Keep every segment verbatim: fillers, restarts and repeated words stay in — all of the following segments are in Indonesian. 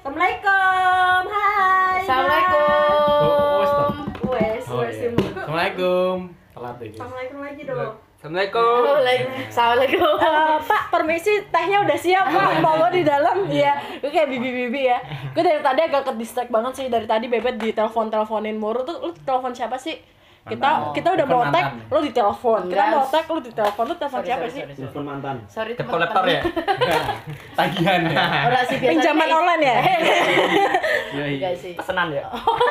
Assalamualaikum. Hai. Assalamualaikum. Wes, wes. Assalamualaikum. Telat ini. Assalamualaikum lagi dong. Assalamualaikum. Assalamualaikum. Uh, Pak, permisi, tehnya udah siap, Pak. Mau di dalam? Iya. Gue kayak bibi-bibi ya. Gue dari tadi agak ke distract banget sih. Dari tadi Bebet di telepon-teleponin mulu. Tuh, lu telepon siapa sih? Kita kita udah mau tag, lu ditelepon. Kita mau tag, lu ditelepon. Lu telepon siapa sih? Telepon mantan. Sorry, Debt collector ya? Tagihan ya. Udah sih biasa. Pinjaman online ya? Iya sih. Pesenan ya?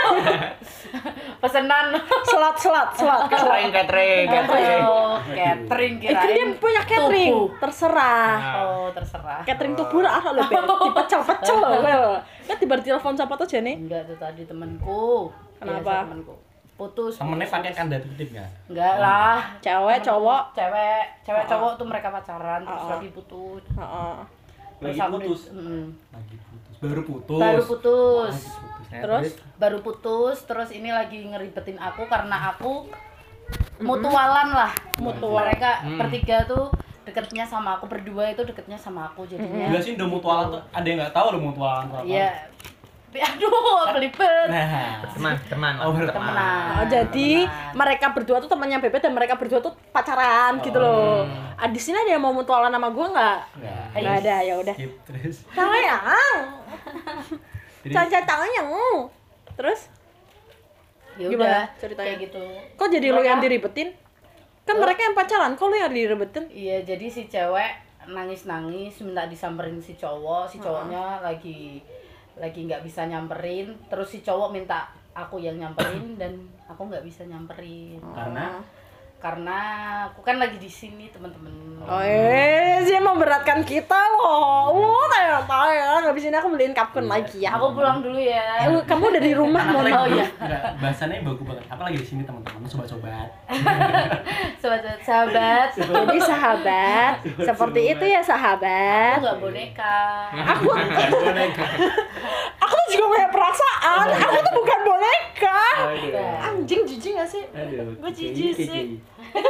Pesenan selat selat selat. Catering, catering, catering. Oh, catering Eh, kan dia punya catering. Terserah. Oh, terserah. Catering tuh pura ah lo, dipecel-pecel lo. Kan tiba di telepon siapa tuh Jenny? Enggak, tuh tadi temanku. Kenapa? Biasa temanku. Putus. Temennya pakai tanda kutip nggak? Enggak lah. Cewek, cowok. Cewek, cewek Oh. cowok tuh mereka pacaran terus Oh. lagi putus. Heeh. Lagi Terus aku putus. di- mm, Lagi putus. Baru putus. baru putus. Lagi putus. Nah, Terus? Baru putus, terus ini lagi ngeribetin aku karena aku mutualan lah. Mutual. Mereka Hmm. bertiga tuh deketnya sama aku, berdua itu deketnya sama aku jadinya. Jelasin udah mutualan tuh ada yang nggak tahu lo mutualan tuh apa. Iya. Aduh, belibet. Nah. Teman, teman. Oh, berteman. Temenan. Oh, jadi Temenan. mereka berdua tuh temannya Bebet dan mereka berdua tuh pacaran gitu loh. Ah, di sini ada yang mau mutualan sama gue nggak? Nggak. Nggak ada, ya udah. Skip terus. Sayang. Jadi Caca tangan. Terus Ya Gimana udah ceritanya? kayak gitu. kok jadi lu Mereka- yang diribetin? Kan Oh. mereka yang pacaran, kok lu yang diribetin? Iya, jadi si cewek nangis-nangis minta disamperin si cowok, si cowoknya lagi lagi nggak bisa nyamperin, terus si cowok minta aku yang nyamperin dan aku nggak bisa nyamperin karena karena aku kan lagi di sini teman-teman. Oh, eh, sih memberatkan kita loh. Uh, tayang tayang. Habis ini aku beliin kapkun lagi ya. Aku pulang dulu ya. Eh, kamu udah di rumah Apa mau lagi? Oh, iya. Enggak, bahasannya bagus banget. Apa lagi di sini teman-teman? Sobat-sobat. Sobat sahabat, Jadi sahabat, seperti itu ya aku sahabat. nggak boneka. Aku aku tuh juga punya perasaan. Aku tuh bukan boneka. Aduh. Anjing jijik gak sih? Aduh. Gue jijik Kiki, sih. Kiki.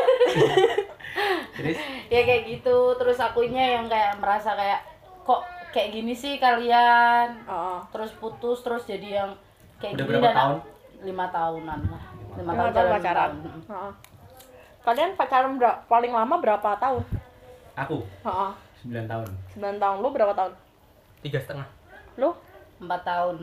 Terus Ya kayak gitu, terus akunya yang kayak merasa kayak kok kayak gini sih kalian. Oh. Terus putus terus jadi yang kayak Udah gini berapa dan tahun? lima tahunan lah lima Lima tahun tahun jalan pacaran. lima tahun. Heeh. Kalian pacaran ber- paling lama berapa tahun? aku Heeh. sembilan tahun. sembilan tahun. Lu berapa tahun? Tiga setengah. Lu? Empat tahun.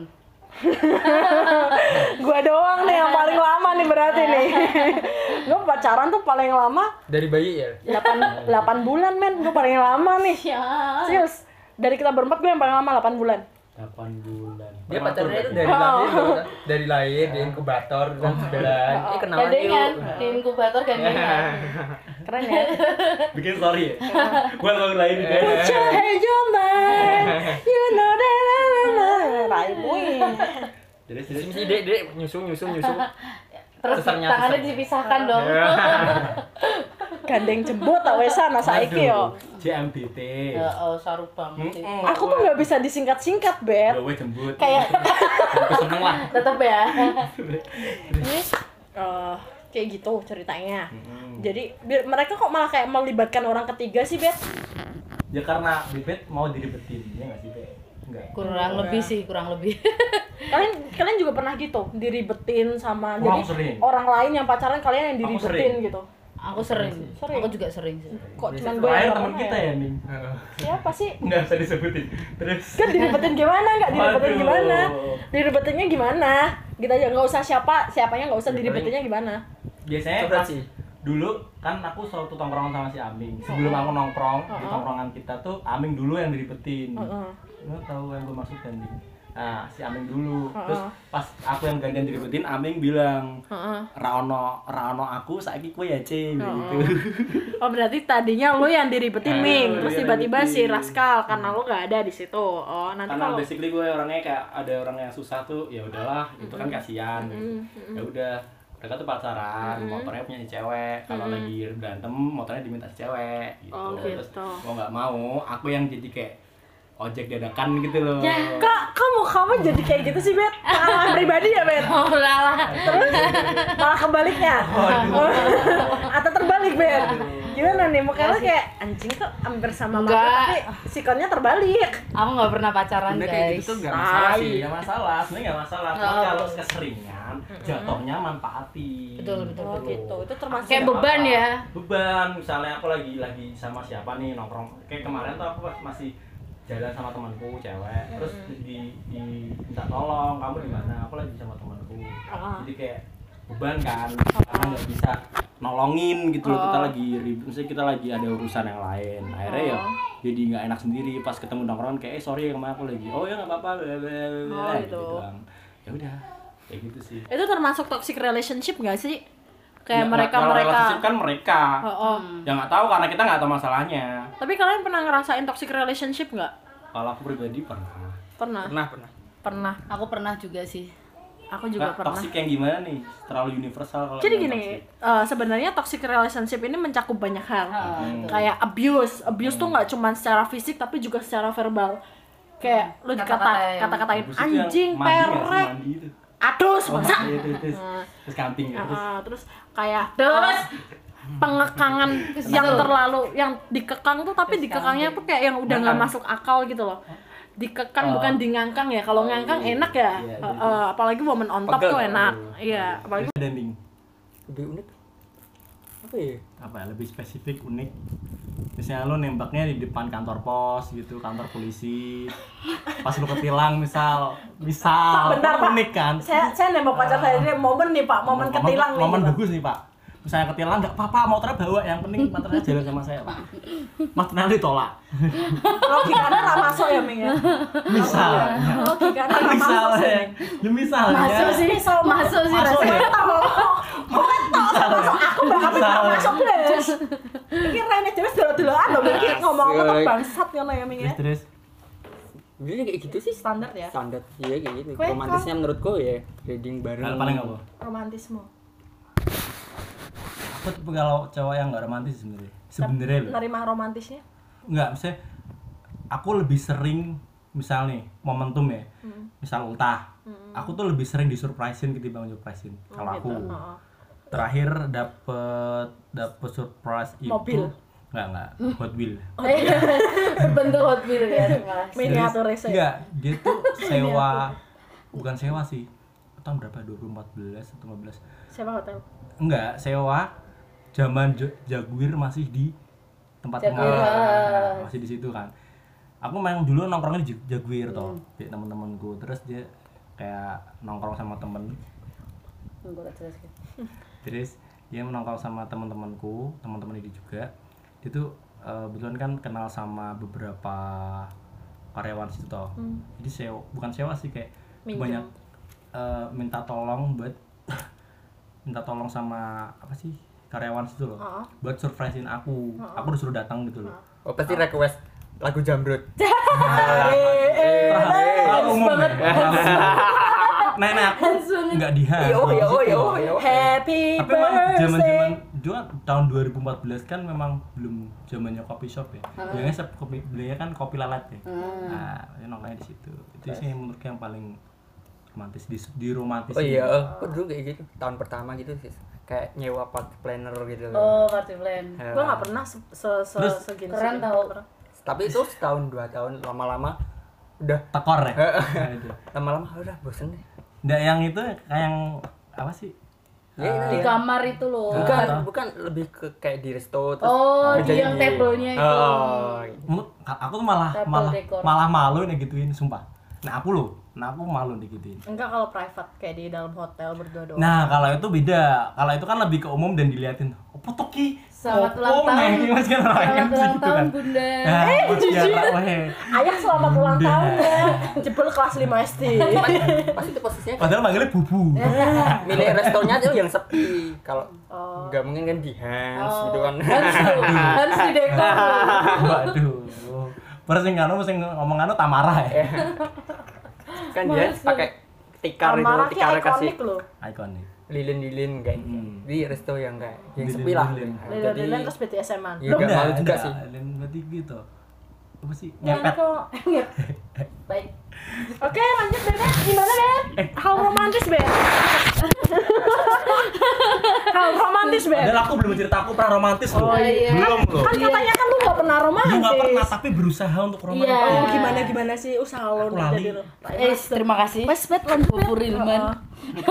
Gua doang nih yang paling lama nih berarti nih. Gua pacaran tuh paling lama Dari bayi ya? delapan bulan men. Gua paling lama nih. Ya. Serius. Dari kita berempat gue yang paling lama delapan bulan. delapan bulan. Dia Prematur pacarnya itu berarti. dari Oh. lahir loh, kan? Dari lahir di inkubator dan sebelah. Eh kenalan Gandengan yuk. di inkubator gandengan. Keren ya. Bikin story ya. Gua langsung lain gitu. Put your hands your mind. You know that I love Raimu. Terus Terus terus si dek dek nyusul nyusul nyusul. Terus Sesarnya, tangannya sesarnya. dipisahkan dong. Gandeng jembut tak wesan saiki yo. J M B T. Ya, oh, saru banget. sih. Mm-mm. Aku tuh nggak bisa disingkat-singkat, Bet. Gawe jembut. Kayak aku seneng lah. Tetep ya. ini eh, kayak gitu ceritanya. Mm-mm. Jadi biar mereka kok malah kayak melibatkan orang ketiga sih, Bet? Ya karena Bebet mau diribetin, ya nggak sih Bet? Enggak. Kurang lebih sih, kurang lebih. Kalian kalian juga pernah gitu diribetin sama Wah, jadi aku sering. orang lain yang pacaran kalian yang Aku diribetin sering. gitu. Aku sering. Sering. Aku juga sering sih. Kok cuma gue Terakhir yang teman pernah kita ya, Ning. Siapa sih? Enggak usah disebutin. Terus Kan diribetin gimana? Enggak diribetin Waduh. gimana? Diribetinnya gimana? Kita aja nggak usah siapa, siapanya nggak usah diribetinnya gimana? biasanya Coba pas sih. dulu kan aku selalu tuh tongkrongan sama si Aming. Sebelum aku nongkrong di Uh-uh. tongkrongan kita tuh Aming dulu yang diribetin. Heeh. Lo tahu yang gue maksud kan, Ding? Nah, si Aming dulu. Uh-uh. Terus pas aku yang gantian diribetin, Aming bilang, Heeh. "Raono, Raono aku saiki kowe ya, C." Uh-uh. gitu. Oh berarti tadinya lu yang diribetin Ah, Ming, iya, terus tiba-tiba si diribetin. Raskal karena lu nggak ada di situ. Oh nanti Karena kalau basically gue orangnya kayak ada orang yang susah tuh, ya udahlah, itu kan kasihan. Mm-mm. Ya udah, mereka tuh pacaran, motornya punya si cewek. Kalau lagi berantem, motornya diminta si cewek gitu. Oh, Terus gitu. mau nggak mau, aku yang jadi kayak ojek dadakan gitu loh. Kak, kamu kamu jadi kayak gitu sih, Bet? Pengalaman pribadi ya, Bet? Oh lah. Terus malah kebaliknya. Atau terbalik, Bet? Gimana nih, mukanya kayak anjing kok hampir sama mama Enggak. tapi sikonnya terbalik. Aku nggak pernah pacaran Sebenarnya kayak guys. gitu tuh nggak masalah Tai. sih, nggak masalah. Sebenarnya nggak masalah. Tapi Oh, kalau betul. keseringan, jatuhnya manfaati. Betul, betul, Oh betul. gitu, itu termasuk Kayak Nggak beban apa-apa. ya. Beban. Misalnya aku lagi lagi sama siapa nih nongkrong. Kayak kemarin tuh aku pas masih jalan sama temanku cewek, terus di, di minta tolong, kamu di mana? Aku lagi sama temanku. Ah. Jadi kayak beban kan, karena nggak bisa nolongin gitu loh, kita Oh. lagi ribut, misalnya kita lagi ada urusan yang lain, akhirnya ya Oh. jadi nggak enak sendiri pas ketemu nongkrong kayak eh sorry kemarin aku lagi, oh ya nggak apa-apa, bla, bla, bla, bla, Oh, gitu gitu. doang. Ya udah, kayak gitu sih. Itu termasuk toxic relationship gak sih? Kayak Nggak- mereka kalau mereka. relationship kan mereka, Oh, oh. yang nggak tahu karena kita nggak tahu masalahnya. Tapi kalian pernah ngerasain toxic relationship nggak? Kalau aku pribadi pernah. Pernah. Pernah, pernah. Pernah. Aku pernah juga sih. Aku juga Nggak, pernah. toxic yang gimana nih? Terlalu universal kalau Jadi bilang gini, toxic. eh, sebenarnya toxic relationship ini mencakup banyak hal. Ah, Hmm. betul. Kayak abuse, abuse tuh nggak cuma secara fisik tapi juga secara verbal. Kayak lu dikata Kata-kata yang- kata-katain Terus itu yang anjing, mandi nggak sih? perek, Mandi itu. adus, Oh, masa? iya, terus, terus, Nah, terus kamping ya, terus. ah, terus kayak terus pengekangan yang terlalu yang dikekang tuh tapi Terus dikekangnya camping. tuh kayak yang udah nggak Ngangkang. masuk akal gitu loh. Dikekang Oh. bukan dingangkang ya. Kalau Oh, ngangkang iya. enak ya. Iya, Eh, iya. eh, apalagi woman on top Pegel tuh kan? enak. Iya, apalagi Terus ada nih, Lebih unik. Apa ya? apa ya, lebih spesifik, unik. Misalnya lu nembaknya di depan kantor pos gitu, kantor polisi. Pas lu ketilang misal, misal, Pak, bentar, kan Pak. unik kan? saya saya nembak pacar saya ini momen nih Pak, momen ketilang nih. Momen Pak. bagus nih Pak. Misalnya ketilang nggak apa-apa, motornya bawa, yang penting motornya jalan sama saya Pak. Motornya ditolak. Logikanya nggak masuk ya Ming ya. Misal, Logikanya nggak masuk misalnya, sih. ya misalnya. Masuk sih, masuk sih Masuk rasanya. ya? Masuk aku mbak tapi nggak masuk guys. Ini Rene James dulu-duluan loh, mungkin ngomong-ngomong tuh bangsat ngono ya Ming ya. Terus terus. Jadi kayak gitu sih Standar ya. standar iya kayak gitu. Kue Romantisnya menurutku ya reading bareng. Hal paling apa? Romantisme. Aku tipe kalau cowok yang nggak romantis sebenarnya. Sebenarnya loh. Nerima romantisnya. Nggak, misalnya aku lebih sering misal nih momentum ya. Hmm. Misal ultah. Aku tuh lebih sering disurprisein ketimbang surprisein. Oh, Kalau gitu. aku Oh. terakhir dapet dapet surprise itu Mobil. nggak nggak Hot Wheel. Bentuk Hot Wheel ya. terima kasih. Miniaturisnya. Enggak, dia tuh sewa bukan sewa sih. Tahun berapa? dua ribu empat belas atau lima belas? Siapa hotel? Enggak, sewa zaman Ja- Jaguar masih di tempat Jaguar. tengah. Masih di situ kan. Aku main dulu nongkrongnya di Ja- Jaguar toh, di teman-temanku. Terus dia kayak nongkrong sama temen. Tunggu, tak jelaskan. Terus dia nongkrong sama teman-temanku, teman-teman ini juga. Dia tuh eh, kebetulan kan kenal sama beberapa karyawan situ toh. Hmm. Jadi sewa, bukan sewa sih kayak Minjem. banyak eh, minta tolong buat minta tolong sama apa sih karyawan situ loh. Oh. Buat surprisein aku. Aku disuruh datang gitu loh. Oh pasti request lagu Jamrut. Eh, eh, Terlalu umum banget. ya. Nah, nah aku nggak di Yo yo yo yo. Happy Tapi memang zaman-zaman birthday. juga tahun dua ribu empat belas kan memang belum zamannya kopi shop ya. Belinya sep kopi belinya kan kopi lalat ya. Nah, ini nongkrongnya di situ. Itu sih menurutku yang paling romantis di di romantis. Oh iya, aku dulu kayak gitu tahun pertama gitu sih. Kayak nyewa party planner gitu loh. Oh, party plan. Ya. Gue nggak pernah se se se Terus, segini. keren segini. tau. Tapi itu setahun dua tahun lama-lama udah Tekor ya. Nah, itu. lama-lama udah bosen deh. Nggak, yang itu kayak yang apa sih? Ya, Di ya. kamar itu loh. Bukan, Ah. bukan lebih ke kayak di resto terus Oh, di ngerjain yang tablenya itu. Oh. Menurut aku tuh malah Table malah decor. malah malu nih gituin sumpah. Nah, aku loh. Nah, aku malu digituin. Enggak kalau private kayak di dalam hotel berdua doang. Nah, kalau itu beda. Kalau itu kan lebih ke umum dan diliatin. Apa tuh ki? Selamat Opo, ulang tahun. nah, ini masih kan orang yang Selamat ulang gitu tahun, kan. Bunda. Nah, Mas Tiara, weh. Ayah selamat ulang Bunda. tahun ya. Jebol kelas lima S D. Pas itu posisinya kayak Padahal manggilnya bubu. milih restonya tuh yang sepi. Kalau Oh. nggak mungkin kan di Hans gitu kan. Hans tuh, Hans di dekor. Waduh. Terus yang anu sing ngomong anu Tamara ya. Kan dia pakai tikar itu, Tamara ki tikar kasih ikonik loh. Ikonik. lilin-lilin kayak Hmm. di resto yang kayak yang Lilin-lilin. sepi lah. Lila-lila terus B T S-an. Iya, nggak malu juga sih. Lain berarti gitu. Apa sih? Jangan Ngepet. kok. Baik. Oke, lanjut Beb. Gimana, Beb? Hal romantis, Beb. Hal romantis, Beb. Padahal aku belum cerita aku pernah romantis loh. Oh, iya. Belum loh. Kan katanya kan lu nggak pernah romantis. Ya nggak pernah, tapi berusaha untuk romantis. Iya. Oh, gimana gimana sih usaha lo Aku lali. jadi Eh, terima kasih. Mas Bet lanjut Bet. Pupur Ilman. Heeh.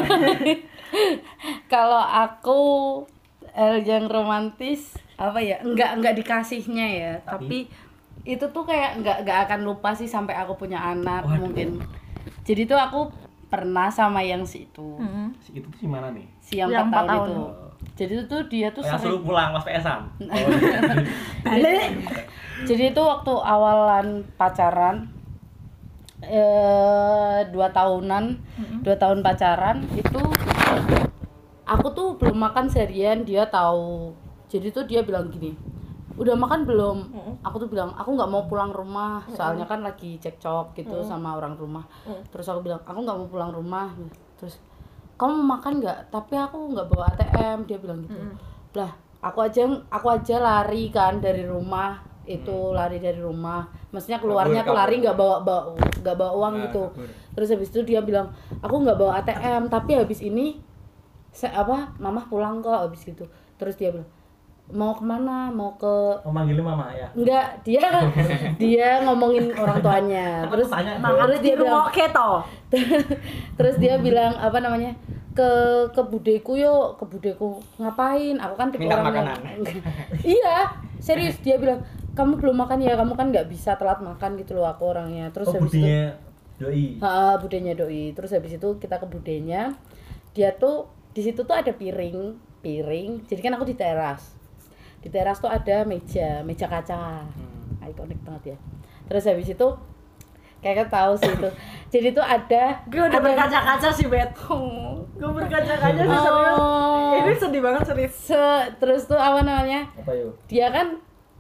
Kalau aku el yang romantis apa ya? Enggak enggak dikasihnya ya, tapi, tapi itu tuh kayak enggak enggak akan lupa sih sampai aku punya anak. Waduh. Mungkin. Jadi tuh aku pernah sama yang si itu. Mm-mm. Si itu tuh si mana nih? Si yang Yang empat empat tahun, tahun. itu. Jadi tuh dia tuh Yang suruh sering pulang pas P S-an. Balik. Jadi itu waktu awalan pacaran eh dua tahunan, dua tahun pacaran itu aku tuh belum makan seharian, dia tahu. Jadi tuh dia bilang gini, udah makan belum? Aku tuh bilang aku nggak mau pulang rumah, soalnya kan lagi cekcok gitu sama orang rumah. Terus aku bilang aku nggak mau pulang rumah. Terus kamu mau makan nggak? Tapi aku nggak bawa A T M, dia bilang gitu. Lah aku aja aku aja lari kan dari rumah itu, lari dari rumah, maksudnya keluarnya aku Kabur, lari kabur. nggak bawa bawa nggak bawa uang Nah, gitu. kabur. Terus habis itu dia bilang aku nggak bawa A T M, tapi habis ini se apa mamah pulang kok habis gitu. Terus dia bilang mau kemana, mau ke Oh, manggilnya mama ya. enggak, dia dia ngomongin orang tuanya. Terus Tanya, terus dia bilang Oke toh. terus dia bilang apa namanya, ke ke budeku yuk, ke budeku. Ngapain? Aku kan tipe Minta orang yang makanan. iya serius, dia bilang kamu belum makan ya, kamu kan nggak bisa telat makan gitu loh aku orangnya. Terus Oh, habis itu budinya doi. ha, budenya doi. Terus habis itu kita ke budenya, dia tuh di situ tuh ada piring piring jadi kan aku di teras, di teras tuh ada meja meja kaca, Hmm. ikonik banget ya. Terus habis itu kayak tahu sih itu, jadi tuh ada Gue udah ada- berkaca-kaca sih Bet. Gue berkaca-kaca sih serius. Oh. Ini sedih banget serius. Se- terus tuh apa namanya, Apa yuk? dia kan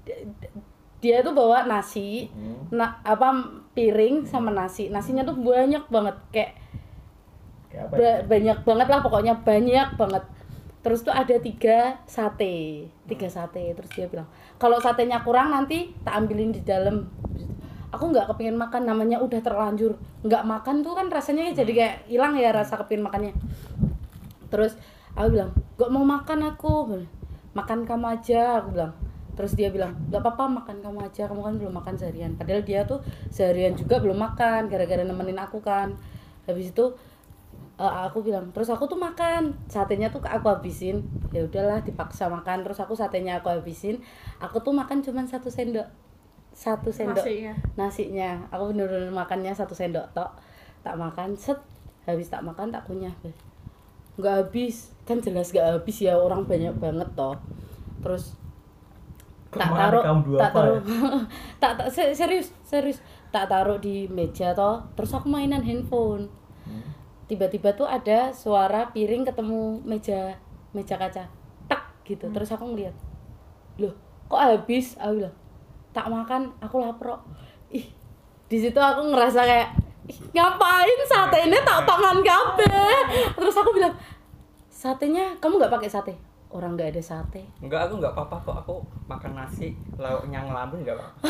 dia tuh bawa nasi, Hmm. na, apa piring sama nasi, nasinya tuh banyak banget, kayak Kayak apa ya? ba- banyak banget lah pokoknya, banyak banget. Terus tuh ada tiga sate, tiga sate. Terus dia bilang kalau satenya kurang nanti tak ambilin di dalam. Aku nggak kepingin makan, namanya udah terlanjur nggak makan tuh kan rasanya jadi kayak hilang ya rasa kepingin makannya. Terus aku bilang gak mau makan aku, makan kamu aja, aku bilang. Terus dia bilang nggak apa-apa, makan kamu aja, kamu kan belum makan seharian. Padahal dia tuh seharian juga belum makan gara-gara nemenin aku kan. Habis itu uh, aku bilang terus aku tuh makan satenya tuh aku habisin, ya udahlah dipaksa makan. Terus aku satenya aku habisin, aku tuh makan cuman satu sendok, satu sendok Nasinya. nasinya. Aku bener-bener makannya satu sendok tok, tak makan set, habis tak makan tak kunyah, nggak habis kan, jelas nggak habis ya, orang banyak banget toh. Terus tak Kemana taruh kamu dua tak apa taruh ya? tak, tak se- serius serius tak taruh di meja toh. Terus aku mainan handphone, tiba-tiba tuh ada suara piring ketemu meja meja kaca tak gitu. Terus aku ngeliat, loh kok habis, aku bilang tak makan, aku lapar kok. Ih, di situ aku ngerasa kayak ih, ngapain satenya tak pangan kabeh. Terus aku bilang satenya kamu nggak pakai sate, orang nggak ada sate. Enggak, aku enggak apa-apa kok. Aku makan nasi, lauknya ngelambun enggak apa-apa.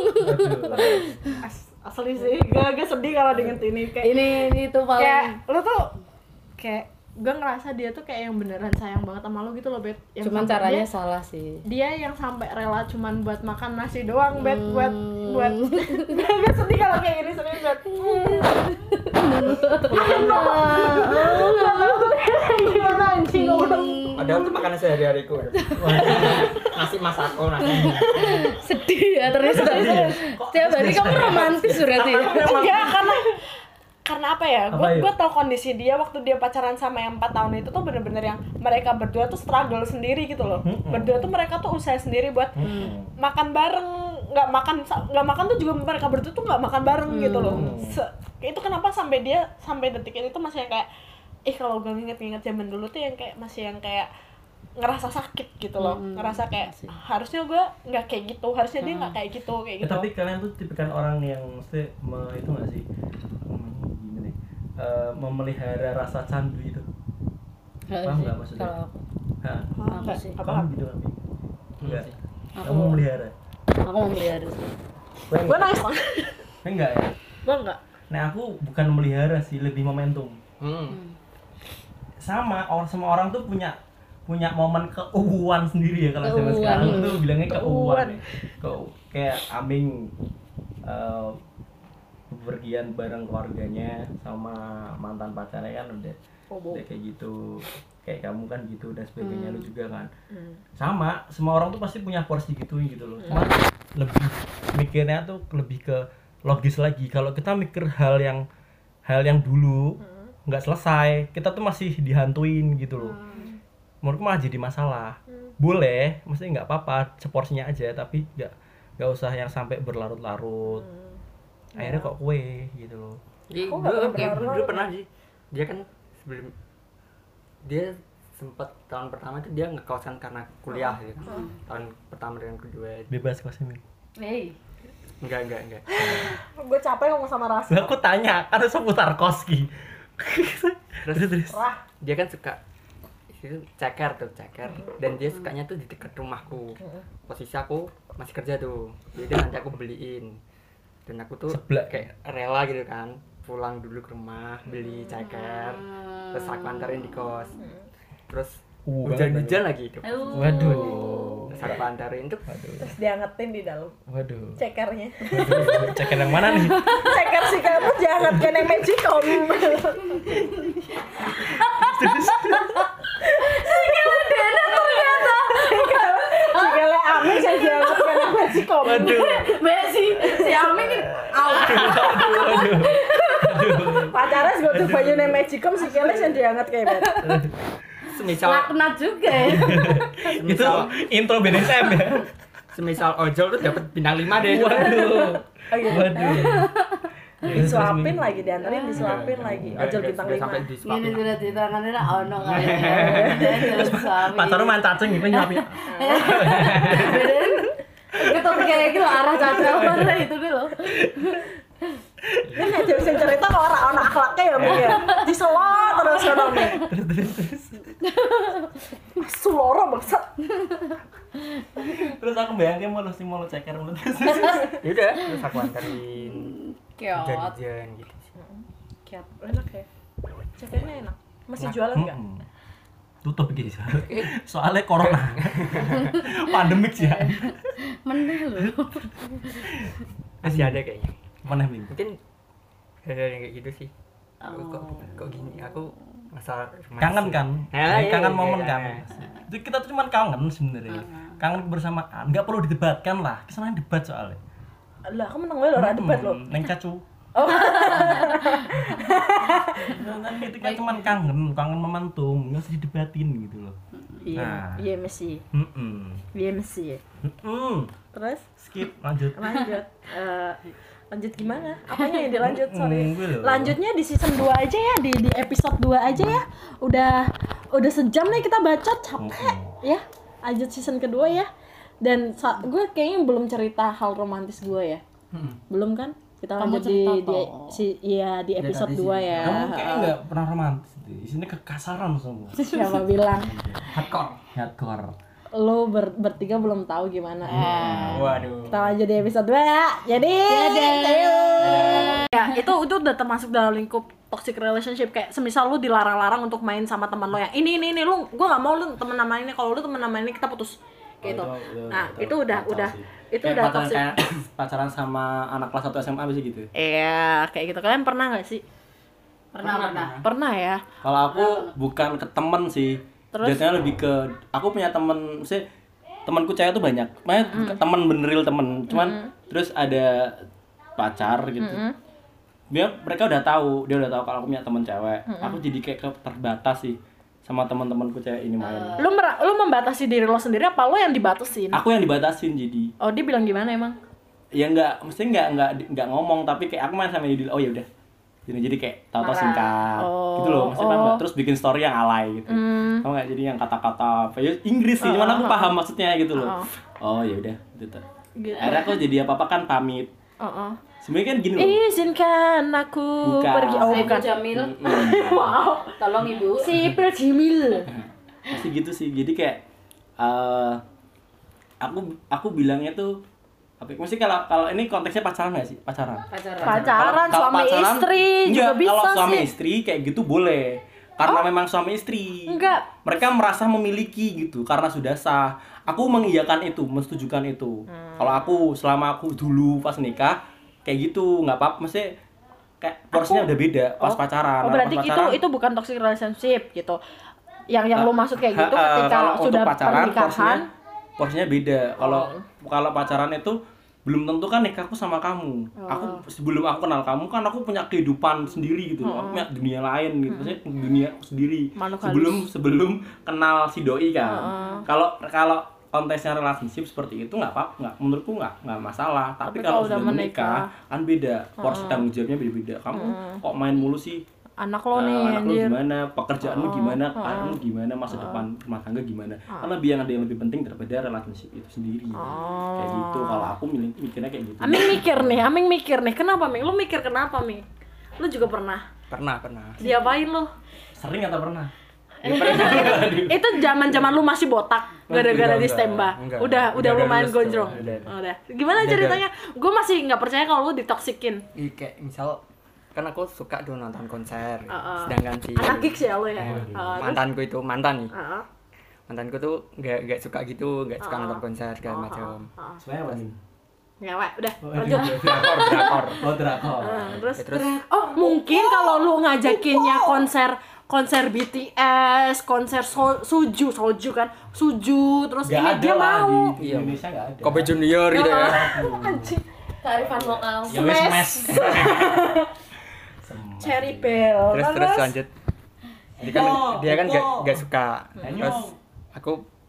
As- asli sih, gue agak sedih kalau dengan ini kayak Ini ini tuh paling kayak lu tuh kayak gue ngerasa dia tuh kayak yang beneran sayang banget sama lu gitu loh Bet. Yang cuman sampai caranya dia, salah sih. dia yang sampai rela cuman buat makan nasi doang Bet, Hmm. buat buat gue agak sedih kalau kayak gini serius Bet. Gimana anjing ngomong. Padahal itu makanan sehari-hariku. Nasi masako, nasi. Sedih ya ternyata. Setiap hari kamu romantis berarti ya. Enggak, karena karena apa ya, Apa gue ya? gue tau kondisi dia waktu dia pacaran sama yang empat tahun itu tuh bener-bener yang mereka berdua tuh struggle sendiri gitu loh. Mm-mm. Berdua tuh mereka tuh usaha sendiri buat Hmm. makan bareng, nggak makan nggak makan tuh juga mereka berdua tuh nggak makan bareng gitu loh. Se- itu kenapa sampai dia sampai detik ini tuh masih yang kayak ih kalau gue inget-inget zaman dulu tuh yang kayak masih yang kayak ngerasa sakit gitu loh, Hmm, ngerasa kayak masih. harusnya gue nggak kayak gitu, harusnya dia nggak kayak gitu kayak Ya, gitu. tapi kalian tuh tipikal orang yang mesti me, itu nggak sih? Hmm, gimana ya? Eh, memelihara rasa candu itu. Paham nggak maksudnya? Kalau aku, Hah? aku sih, Apa? Kamu gitu kan? Enggak. Aku- Kamu memelihara? aku memelihara sih. Gue nangis banget. Enggak ya? Gue enggak. Nah aku bukan memelihara sih, lebih momentum. Hmm. Sama orang semua orang tuh punya punya momen keuuan sendiri ya kalau zaman Keuuan. sekarang tuh bilangnya keuuan. Keuuan. ya. Keu kayak Aming eh, bepergian bareng keluarganya sama mantan pacarnya kan udah Oh, bo. udah kayak gitu. Kayak kamu kan gitu dan sebagainya Hmm. lu juga kan. Hmm. Sama, semua orang tuh pasti punya porsi gituin gitu loh. Cuma lebih mikirnya tuh lebih ke logis lagi. Kalau kita mikir hal yang hal yang dulu nggak selesai, kita tuh masih dihantuin gitu loh. Menurutku malah jadi masalah. Boleh, maksudnya nggak apa-apa, seporsinya aja, tapi nggak nggak usah yang sampai berlarut-larut. Akhirnya kok kue gitu loh. Jadi Aku dulu nggak kayak pernah dulu pernah sih. Dia kan sebelum dia sempat tahun pertama itu dia ngekos kan karena kuliah gitu. Tahun pertama dan kedua. Bebas kosnya. Hei, Enggak, enggak, enggak. Gue capek ngomong sama Ras. Aku tanya, kan seputar koski. Terus, terus terus. Rah. dia kan suka itu ceker tuh ceker dan dia sukanya tuh di dekat rumahku. Posisi aku masih kerja tuh. Jadi nanti aku beliin. Dan aku tuh Seblak. kayak rela gitu kan pulang dulu ke rumah beli ceker terus aku antarin di kos. Terus Uh, hujan-hujan lagi itu. Waduh. Terus aku antarin tuh Waduh. Terus diangetin di dalam Waduh. cekernya. Waduh. Ceker yang mana nih? Ceker si kamu diangetkan yang magicom. Sikile Amin yang diangetkan yang magicom. Waduh. Messi, si Amin ini out. Waduh. Waduh. Pacaran gue tuh baju yang magicom sikile yang dianget kayak bet. semisal Laknat juga ya. Itu semisal intro B D S M ya. semisal ojol tuh dapat bintang lima deh. Waduh. Oh gitu. Waduh. Disuapin lagi, dianterin disuapin lagi. Enggak, Ojol enggak, bintang enggak lima. sampai Gini disuapin. sudah di tangannya lah ono kayaknya. Terus suami. Pacarnya main cacing gitu nyapin. Bedain. Gitu kayak gitu arah cacat mana itu dulu. Kan nek dhewe sing cerita kok ora ana akhlaknya ya mung ya. Diselot terus ngono nih. Terus terus terus. Suloro maksud. Terus aku bayangin mau lu sing mau lu ceker lu terus. Ya udah, terus aku antarin Kiot. hujan-hujan gitu. Kiat enak ya. Cekernya enak. Masih jualan enggak? Mm-mm. Tutup gitu. Soalnya corona. Pandemik sih ya. Meneh lho. Masih ada kayaknya. Mana minggu? Mungkin hal-hal yang kayak gitu sih. Aku kok Oh. kok gini, aku masalah Kangen kan? Ya, Eh, iya, kangen iya, momen iya. kan. Itu kita tuh cuma kangen sebenarnya. Kangen kebersamaan. Enggak perlu didebatkan lah. Kesannya debat soalnya. Lah, aku menang wae lho ora debat lho. Hmm, Neng cacu. Oh. Kan itu kan cuma kangen, kangen momentum, nggak usah didebatin gitu loh. Iya, Nah. iya mesti. Mm-mm. Iya mesti. Mm-mm. Terus Skip, lanjut. lanjut. Eh, lanjut gimana? Apanya yang dilanjut? Sorry. Mm, gue loh. Lanjutnya di season dua aja ya, di di episode dua aja ya. Udah udah sejam nih kita bacot, capek ya. Lanjut season kedua ya. Dan sa- gue kayaknya belum cerita hal romantis gue ya. Belum kan? Kita Kamu lanjut di, cerita di toh. si iya di episode tadi dua sih. ya. Kamu kayaknya nggak pernah romantis deh. Isinya kekasaran semua. Siapa bilang? hardcore. Hardcore. Lo ber, bertiga belum tahu gimana. Waduh. Kita lanjut di episode dua ya. Jadi, ayo. Ya, itu itu udah termasuk dalam lingkup toxic relationship, kayak semisal lu dilarang-larang untuk main sama teman lo yang ini ini ini lu gua nggak mau lu temen sama ini, kalau lu temen sama ini kita putus kayak gitu. Oh, itu- itu- Nah, itu itu udah kacau udah sih. itu Kayak udah pacaran, toxic. kayak pacaran sama anak kelas satu S M A bisa gitu. Iya, kayak gitu. Kalian pernah nggak sih? Pernah pernah. Pernah ya? Kalau aku bukan ke temen sih. Terus? Biasanya lebih ke aku punya temen sih. Temanku cewek tuh banyak. Makanya temen bener real temen. Cuman terus ada pacar gitu. Dia mereka udah tahu, dia udah tahu kalau aku punya temen cewek. Aku jadi kayak ke- terbatas sih sama teman-temanku cewek ini main. Lu mer- lu membatasi diri lo sendiri apa lo yang dibatasin? Aku yang dibatasin jadi. Oh, dia bilang gimana emang? Ya enggak, mesti enggak enggak enggak ngomong tapi kayak aku main sama dia. Oh ya udah. Jadi jadi kayak tahu-tahu Marah. singkat Oh, gitu loh. Maksudnya paham oh. nggak? Terus bikin story yang alay gitu. Hmm. Tahu nggak? Jadi yang kata-kata apa ya Inggris sih, cuman aku paham maksudnya gitu loh. Oh ya udah, gitu. Gitu. Akhirnya aku jadi apa-apa kan pamit. Oh, oh. Sebenarnya kan gini loh. Izinkan aku Bukan. pergi. Oh, Ibu bukan. Jamil. Mm-mm. Wow. Tolong Ibu. Sipil Jimil. Masih gitu sih. Jadi kayak eh aku aku bilangnya tuh apa? Mesti kalau kalau ini konteksnya pacaran nggak sih? Pacaran. Pacaran. Pacaran, Kalau- kalau suami pacaran, istri enggak, juga bisa kalau suami sih. istri kayak gitu boleh. karena memang suami istri. Enggak. Mereka merasa memiliki gitu karena sudah sah. Aku mengiyakan itu, mensetujukan itu. Hmm. Kalau aku selama aku dulu pas nikah kayak gitu nggak apa-apa, mesti kayak porsinya udah beda pas Oh. pacaran. Oh, Nah, berarti pas itu pacaran- itu bukan toxic relationship gitu. Yang yang Ah, lu maksud kayak gitu ah, ah, ketika kalau untuk sudah pacaran, pernikahan. porsinya, porsinya beda. Kalau Oh. kalau pacaran itu belum tentu kan nikahku sama kamu. Oh. Aku sebelum aku kenal kamu kan aku punya kehidupan sendiri gitu. Aku punya dunia lain gitu. Maksudnya dunia aku sendiri. Makhluk Sebelum halus. sebelum kenal si doi kan. Oh. Kalau kalau konteksnya relationship seperti itu nggak apa nggak menurutku nggak nggak masalah. Tapi, Tapi kalau kalau udah sudah menikah, menikah, kan beda. Porsi tanggung jawabnya beda-beda. Kamu kok main mulu sih? Anak lo Eh, nih anak lu anjir. gimana, pekerjaanmu Oh, gimana, oh, kamu gimana, masa oh. depan rumah tangga gimana. Oh. Karena biar ada yang lebih penting daripada relationship itu sendiri. Oh. Kayak gitu. Kalau aku milih mikirnya kayak gitu. Aming mikir nih, Aming mikir nih. Kenapa, Ming? Lu mikir kenapa, Ming? Lu juga pernah Pernah, pernah. diapain lu? Sering atau pernah? Itu zaman-zaman lu masih botak gara-gara di Enggak, stemba. enggak. Udah, udah Udah lumayan lulus tuh, gondrong. udah. Oh, udah. Gimana Udah, ceritanya? Gue masih nggak percaya kalau lu ditoksikin. Ih, kayak misal kan aku suka tuh nonton konser. Uh-uh. Sedangkan si Anak gigs ya lo ya. eh, Uh, terus- mantanku itu mantan nih. Uh-uh. Mantanku tuh nggak nggak suka gitu, nggak suka Uh-uh. nonton konser segala Uh-uh. macam. Uh-uh. Sebenarnya apa nih? Ngewek, udah. Oh, Lanjut. Drakor, drakor. Oh, drakor. Uh, terus, Ya, terus oh mungkin kalau lu ngajakinnya konser konser B T S, konser so, Suju, Soju kan, Suju, terus Nggak ini ada dia lah mau. di Iya. Indonesia nggak ada. Kobe Junior gitu ya. Anjing. Kearifan lokal. Ya wes smash. Cherry Bell. Terus Nah, terus lanjut. Dia kan Eko, dia kan nggak Eko. nggak suka. Ayo. Terus aku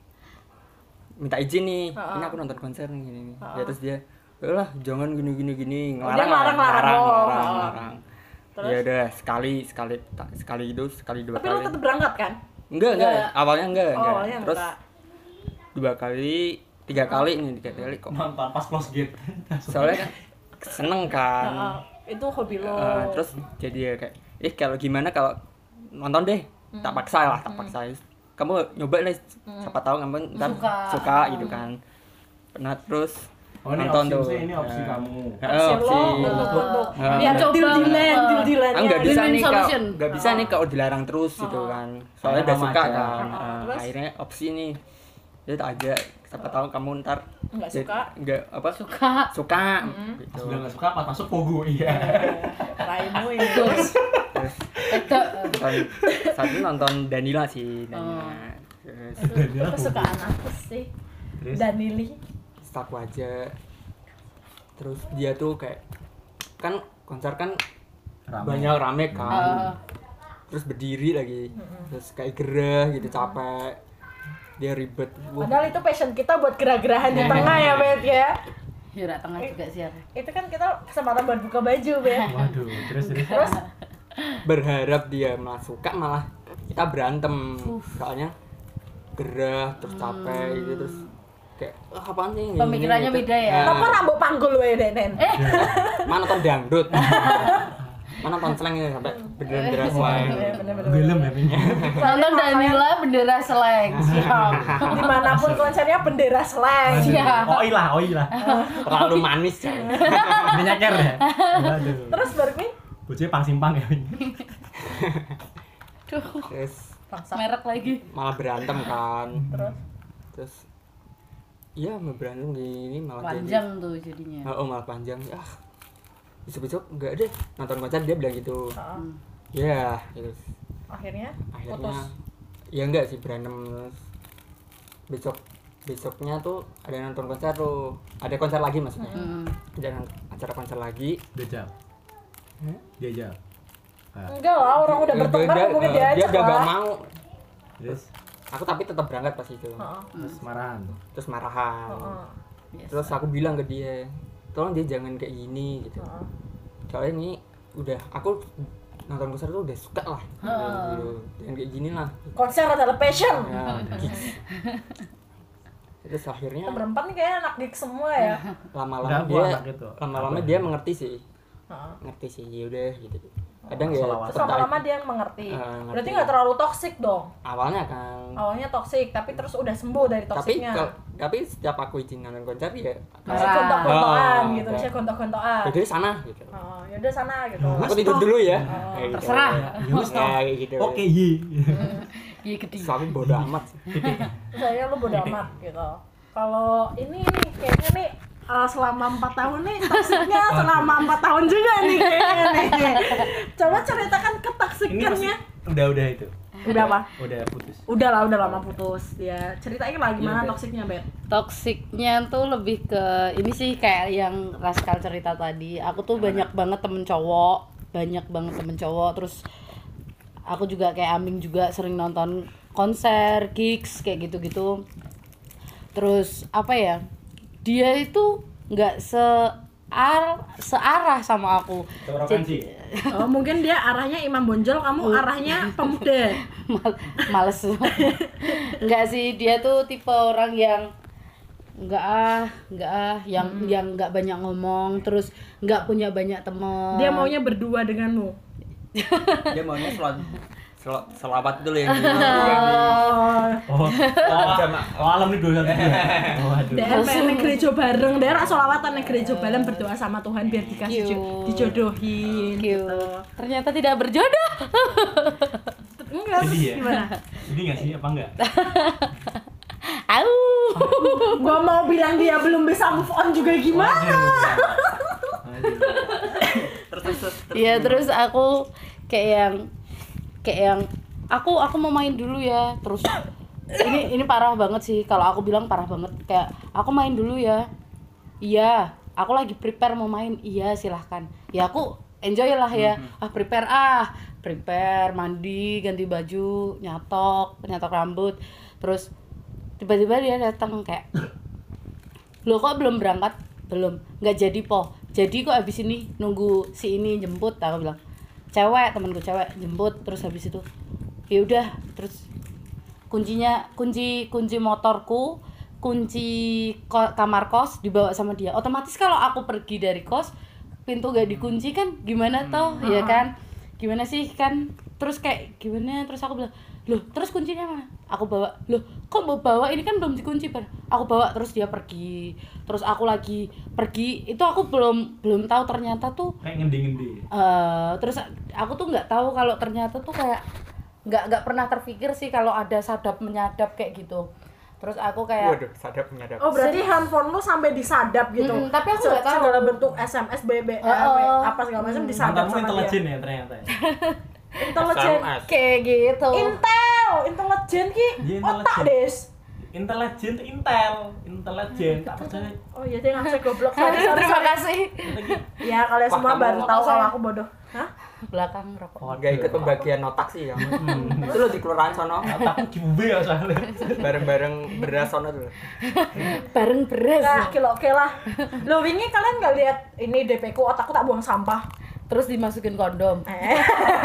minta izin nih. Uh-uh. Ini aku nonton konser nih gini. nih. Uh-uh. Ya terus dia, "Lah, jangan gini gini gini." Oh, dia Ngelarang, ngelarang, lah, ngelarang. Oh, ngelarang, oh. ngelarang. Terus? Ya udah sekali sekali tak- sekali itu sekali dua Tapi lu kali. tetap berangkat kan? Enggak, enggak. Enggak. Awalnya enggak, Oh, enggak. awalnya Terus enggak. dua kali, tiga kali nih, tiga kali kok. Nonton pas close gate. Soalnya kan seneng kan. Uh-uh. Itu hobi lo. Eh, terus jadi ya kayak, eh kalau gimana kalau nonton deh, tak paksa lah, tak paksa. Kamu nyoba deh, siapa tahu kamu ntar Suka. suka gitu kan. Pernah terus Oh, ini nonton opsi, tuh. maksudnya ini opsi Eh, kamu. eh, Opsi opsi. lo untuk untuk Ah. ya Coba. deal-dealan, deal-dealan. Ah, nggak bisa Win-win nih kalau solution. nggak bisa nih kalau dilarang terus gitu kan. Soalnya Karena udah suka remaja. kan. Ah, Eh, terus? akhirnya opsi nih. Dia tak aja, siapa tahu kamu ntar Nggak jadi- suka. nggak apa Suka. suka Pas gitu. udah nggak suka pas masuk pogo iya. Raimu ini. Terus Itu nonton saat itu nonton Danila sih Danila. Terus Itu kesukaan aku sih. Terus? Danili. staku aja. Terus dia tuh kayak kan konser kan Rame. banyak rame kan. eh, Terus berdiri lagi. Terus kayak gerah gitu capek. Dia ribet. Wah, Padahal itu passion kita buat gerah-gerahan di tengah ya, Bet ya. Yura tengah juga sih. Itu kan kita kesempatan buat buka baju, Bet. Waduh, terus terus. Terus berharap dia malah suka malah kita berantem. Soalnya gerah terus capek gitu terus kayak ah, apaan sih? Pemikirannya beda ya. Nah, apa rambut panggul wae Denen? Eh, mana nonton dangdut. Mana nonton slang ini sampai beneran-beneran slang. Iya, bener-bener. Film ya ini. nonton Danila bendera seleng. Siap. Dimanapun konsernya bendera slang. Siap. Oi lah, oi lah. Terlalu manis ya. Ini nyeker ya. Waduh. Terus baru nih Bocahnya pang simpang ya ini. Tuh, Terus merek lagi. malah berantem kan. terus Terus iya mau berantem gini malah Panjang tuh jadinya. jadi, oh malah panjang ya. Besok-besok enggak deh nonton konser dia bilang gitu. uh, Hmm. Ya, terus akhirnya akhirnya putus. ya enggak sih berantem terus besok besoknya tuh ada nonton konser tuh ada konser lagi maksudnya Hmm. ada acara konser lagi. Diajak. Hah? Diajak. Ah. Enggak lah, orang udah Dia- bertengkar dia- mungkin dia diajak udah gak lah. mau. Terus Aku tapi tetap berangkat pas itu. Heeh. terus marahan. Terus marahan. Heeh. Yes. Terus aku bilang ke dia, tolong dia jangan kayak gini gitu. Heeh. Soalnya ini udah aku nonton konser tuh udah suka lah. Heeh. Gitu. Jangan kayak gini lah. Konser adalah passion. Ya, gigs. Terus akhirnya Kita berempat nih kayaknya anak geek semua ya. lama-lama Enggak, gua dia anak itu. lama-lama Apa? dia mengerti sih. Heeh. Ngerti sih, ya udah gitu. kadang ya Selawat. Terus lama-lama dia mengerti. Ah, ngerti. Berarti nggak terlalu toksik dong. awalnya kan Awalnya toksik, tapi terus udah sembuh dari tapi toksiknya. kal- tapi setiap aku izin nonton konser ya Masih Marah. gontok-gontokan Ah, gitu, oke. masih gontok-gontokan. jadi sana gitu Oh, yaudah sana gitu. aku tidur dulu ya Oh, Kayak gitu. terserah. Ya wis Ya, kayak gitu Oke, ye. Iya gede. suami bodoh amat sih. Saya lu bodo amat gitu. Kalau ini nih kayaknya nih uh, selama empat tahun nih toksiknya selama empat tahun juga nih kayaknya nih. Coba ceritakan Ini pasti ketoksikannya. udah udah itu. Udah apa? Udah putus. Udah lah, udah lama putus. Ya, ceritain lah gimana Iya, Bet. toksiknya, Bet. Toksiknya tuh lebih ke ini sih kayak yang Raskal cerita tadi. Aku tuh banyak banget temen cowok, banyak banget temen cowok. Terus aku juga kayak Aming juga sering nonton konser, gigs kayak gitu-gitu. Terus apa ya? Dia itu nggak sear searah sama aku. Corokansi. Oh, mungkin dia arahnya Imam Bonjol, kamu arahnya pemuda. Mal- males nggak sih, dia tuh tipe orang yang nggak ah nggak ah yang yang nggak banyak ngomong, terus nggak punya banyak teman. Dia maunya berdua denganmu. dia maunya selawat sel- selawat dulu yang Oh, Oh, oh, malam nih dua satu dua. Waduh. dia pengen nang gereja bareng, dia rak sholawatan nang gereja bareng berdoa sama Tuhan biar dikasih jo- Cute. dijodohin. Cute. Gitu. Ternyata tidak berjodoh. Enggak, Jadi ya? gimana? Jadi nggak sih apa enggak? Au. Gua mau bilang dia belum bisa move on juga gimana? Waduh. terus terus terus Iya, terus aku kayak yang kayak yang aku aku mau main dulu ya. Terus ini ini parah banget sih, kalau aku bilang parah banget, kayak aku main dulu ya. Iya, aku lagi prepare mau main. Iya, silahkan. Ya aku enjoy lah ya. Ah, prepare ah, prepare, mandi, ganti baju, nyatok, nyatok rambut. Terus tiba-tiba dia datang kayak, "Loh kok belum berangkat?" "Belum." "Nggak jadi po." "Jadi kok habis ini nunggu si ini jemput." Aku bilang, "Cewek, temanku cewek jemput." Terus habis itu ya udah, terus kuncinya kunci kunci motorku, kunci ko- kamar kos dibawa sama dia. Otomatis kalau aku pergi dari kos, pintu gak dikunci kan gimana toh, ya kan? Gimana sih kan? Terus kayak gimana? Terus aku bilang, "Loh, terus kuncinya mana?" Aku bawa. "Loh, kok mau bawa? Ini kan belum dikunci, Bar." Aku bawa, terus dia pergi. Terus aku lagi pergi, itu aku belum belum tahu ternyata tuh Kayak ngendi-ngendi. eh terus aku tuh nggak tahu kalau ternyata tuh kayak nggak nggak pernah terpikir sih kalau ada sadap menyadap kayak gitu. Terus aku kayak waduh sadap menyadap Oh, berarti handphone lu sampai disadap gitu. Mm, tapi aku Se- nggak tahu. segala bentuk S M S, B B M, Oh. apa segala macam disadap Mantanmu sama intelijen dia. ya ternyata. ya? Intelijen. S M S. kayak gitu. Intel, intelijen ki Iya, otak, intelijen. Des. Intelijen tuh Intel, intelijen tak percaya. Oh iya, dia ngasih goblok. Sorry, sorry, Terima sorry. kasih. Ya, kalian Wah, semua kamu baru apa tahu saya? kalau aku bodoh. Hah? Belakang rokok. nggak ikut pembagian otak sih ya itu lo di kelurahan sono Otakku giveaway ya soalnya. bareng-bareng beras sono tuh Bareng beres. Nah, kilo oke lah. Lo wingi kalian nggak lihat ini D P ku, otakku tak buang sampah. Terus dimasukin kondom. Eh.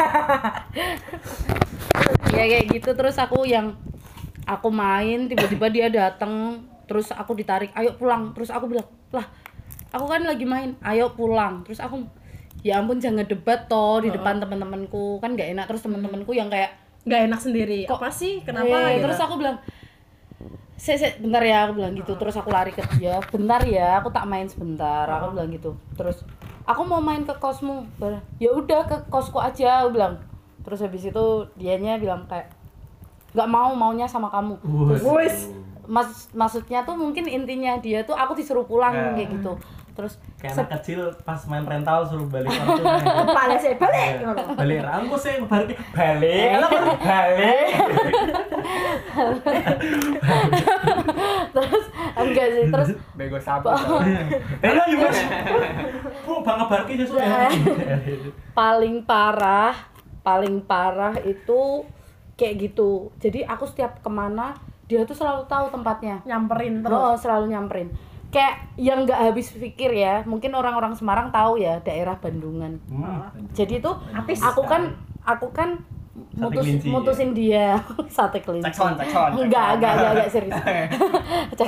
Ya kayak gitu. Terus aku yang aku main, tiba-tiba dia datang, terus aku ditarik, "Ayo pulang." Terus aku bilang, "Lah, aku kan lagi main, ayo pulang." Terus aku, ya ampun jangan debat toh di depan teman-temanku, kan nggak enak. Terus teman-temanku yang kayak, Nggak enak sendiri. Kok- Apa sih? Kenapa? "Eh," gitu? terus aku bilang, "Se, se, bentar ya," aku bilang gitu. Terus aku lari ke dia, "Bentar ya, aku tak main sebentar." Aku bilang gitu. Terus aku mau main ke kosmu. Bar- "Ya udah ke kosku aja," aku bilang. Terus habis itu dianya bilang kayak, "Nggak mau, maunya sama kamu." Terus Wes. mas maksudnya tuh mungkin intinya dia tuh aku disuruh pulang Ya. kayak gitu. Terus Kayak se- anak kecil pas main rental suruh balik kartu. Kepala saya balik. ngono. Balik rangku sih balik balik. Kalau balik. terus enggak sih, terus bego sabar Eh lah Mas. Bu bang barki sesuatu. paling parah paling parah itu kayak gitu. Jadi aku setiap kemana dia tuh selalu tahu tempatnya. Nyamperin terus. Oh, selalu nyamperin. Kayak yang nggak habis pikir ya. Mungkin orang-orang Semarang tahu ya daerah Bandungan. Hmm. Jadi tuh Apis. aku kan aku kan Sate mutus, kelinci, mutusin dia sate kelinci. Cekson, cekson, cekson. Enggak, enggak, enggak, enggak serius.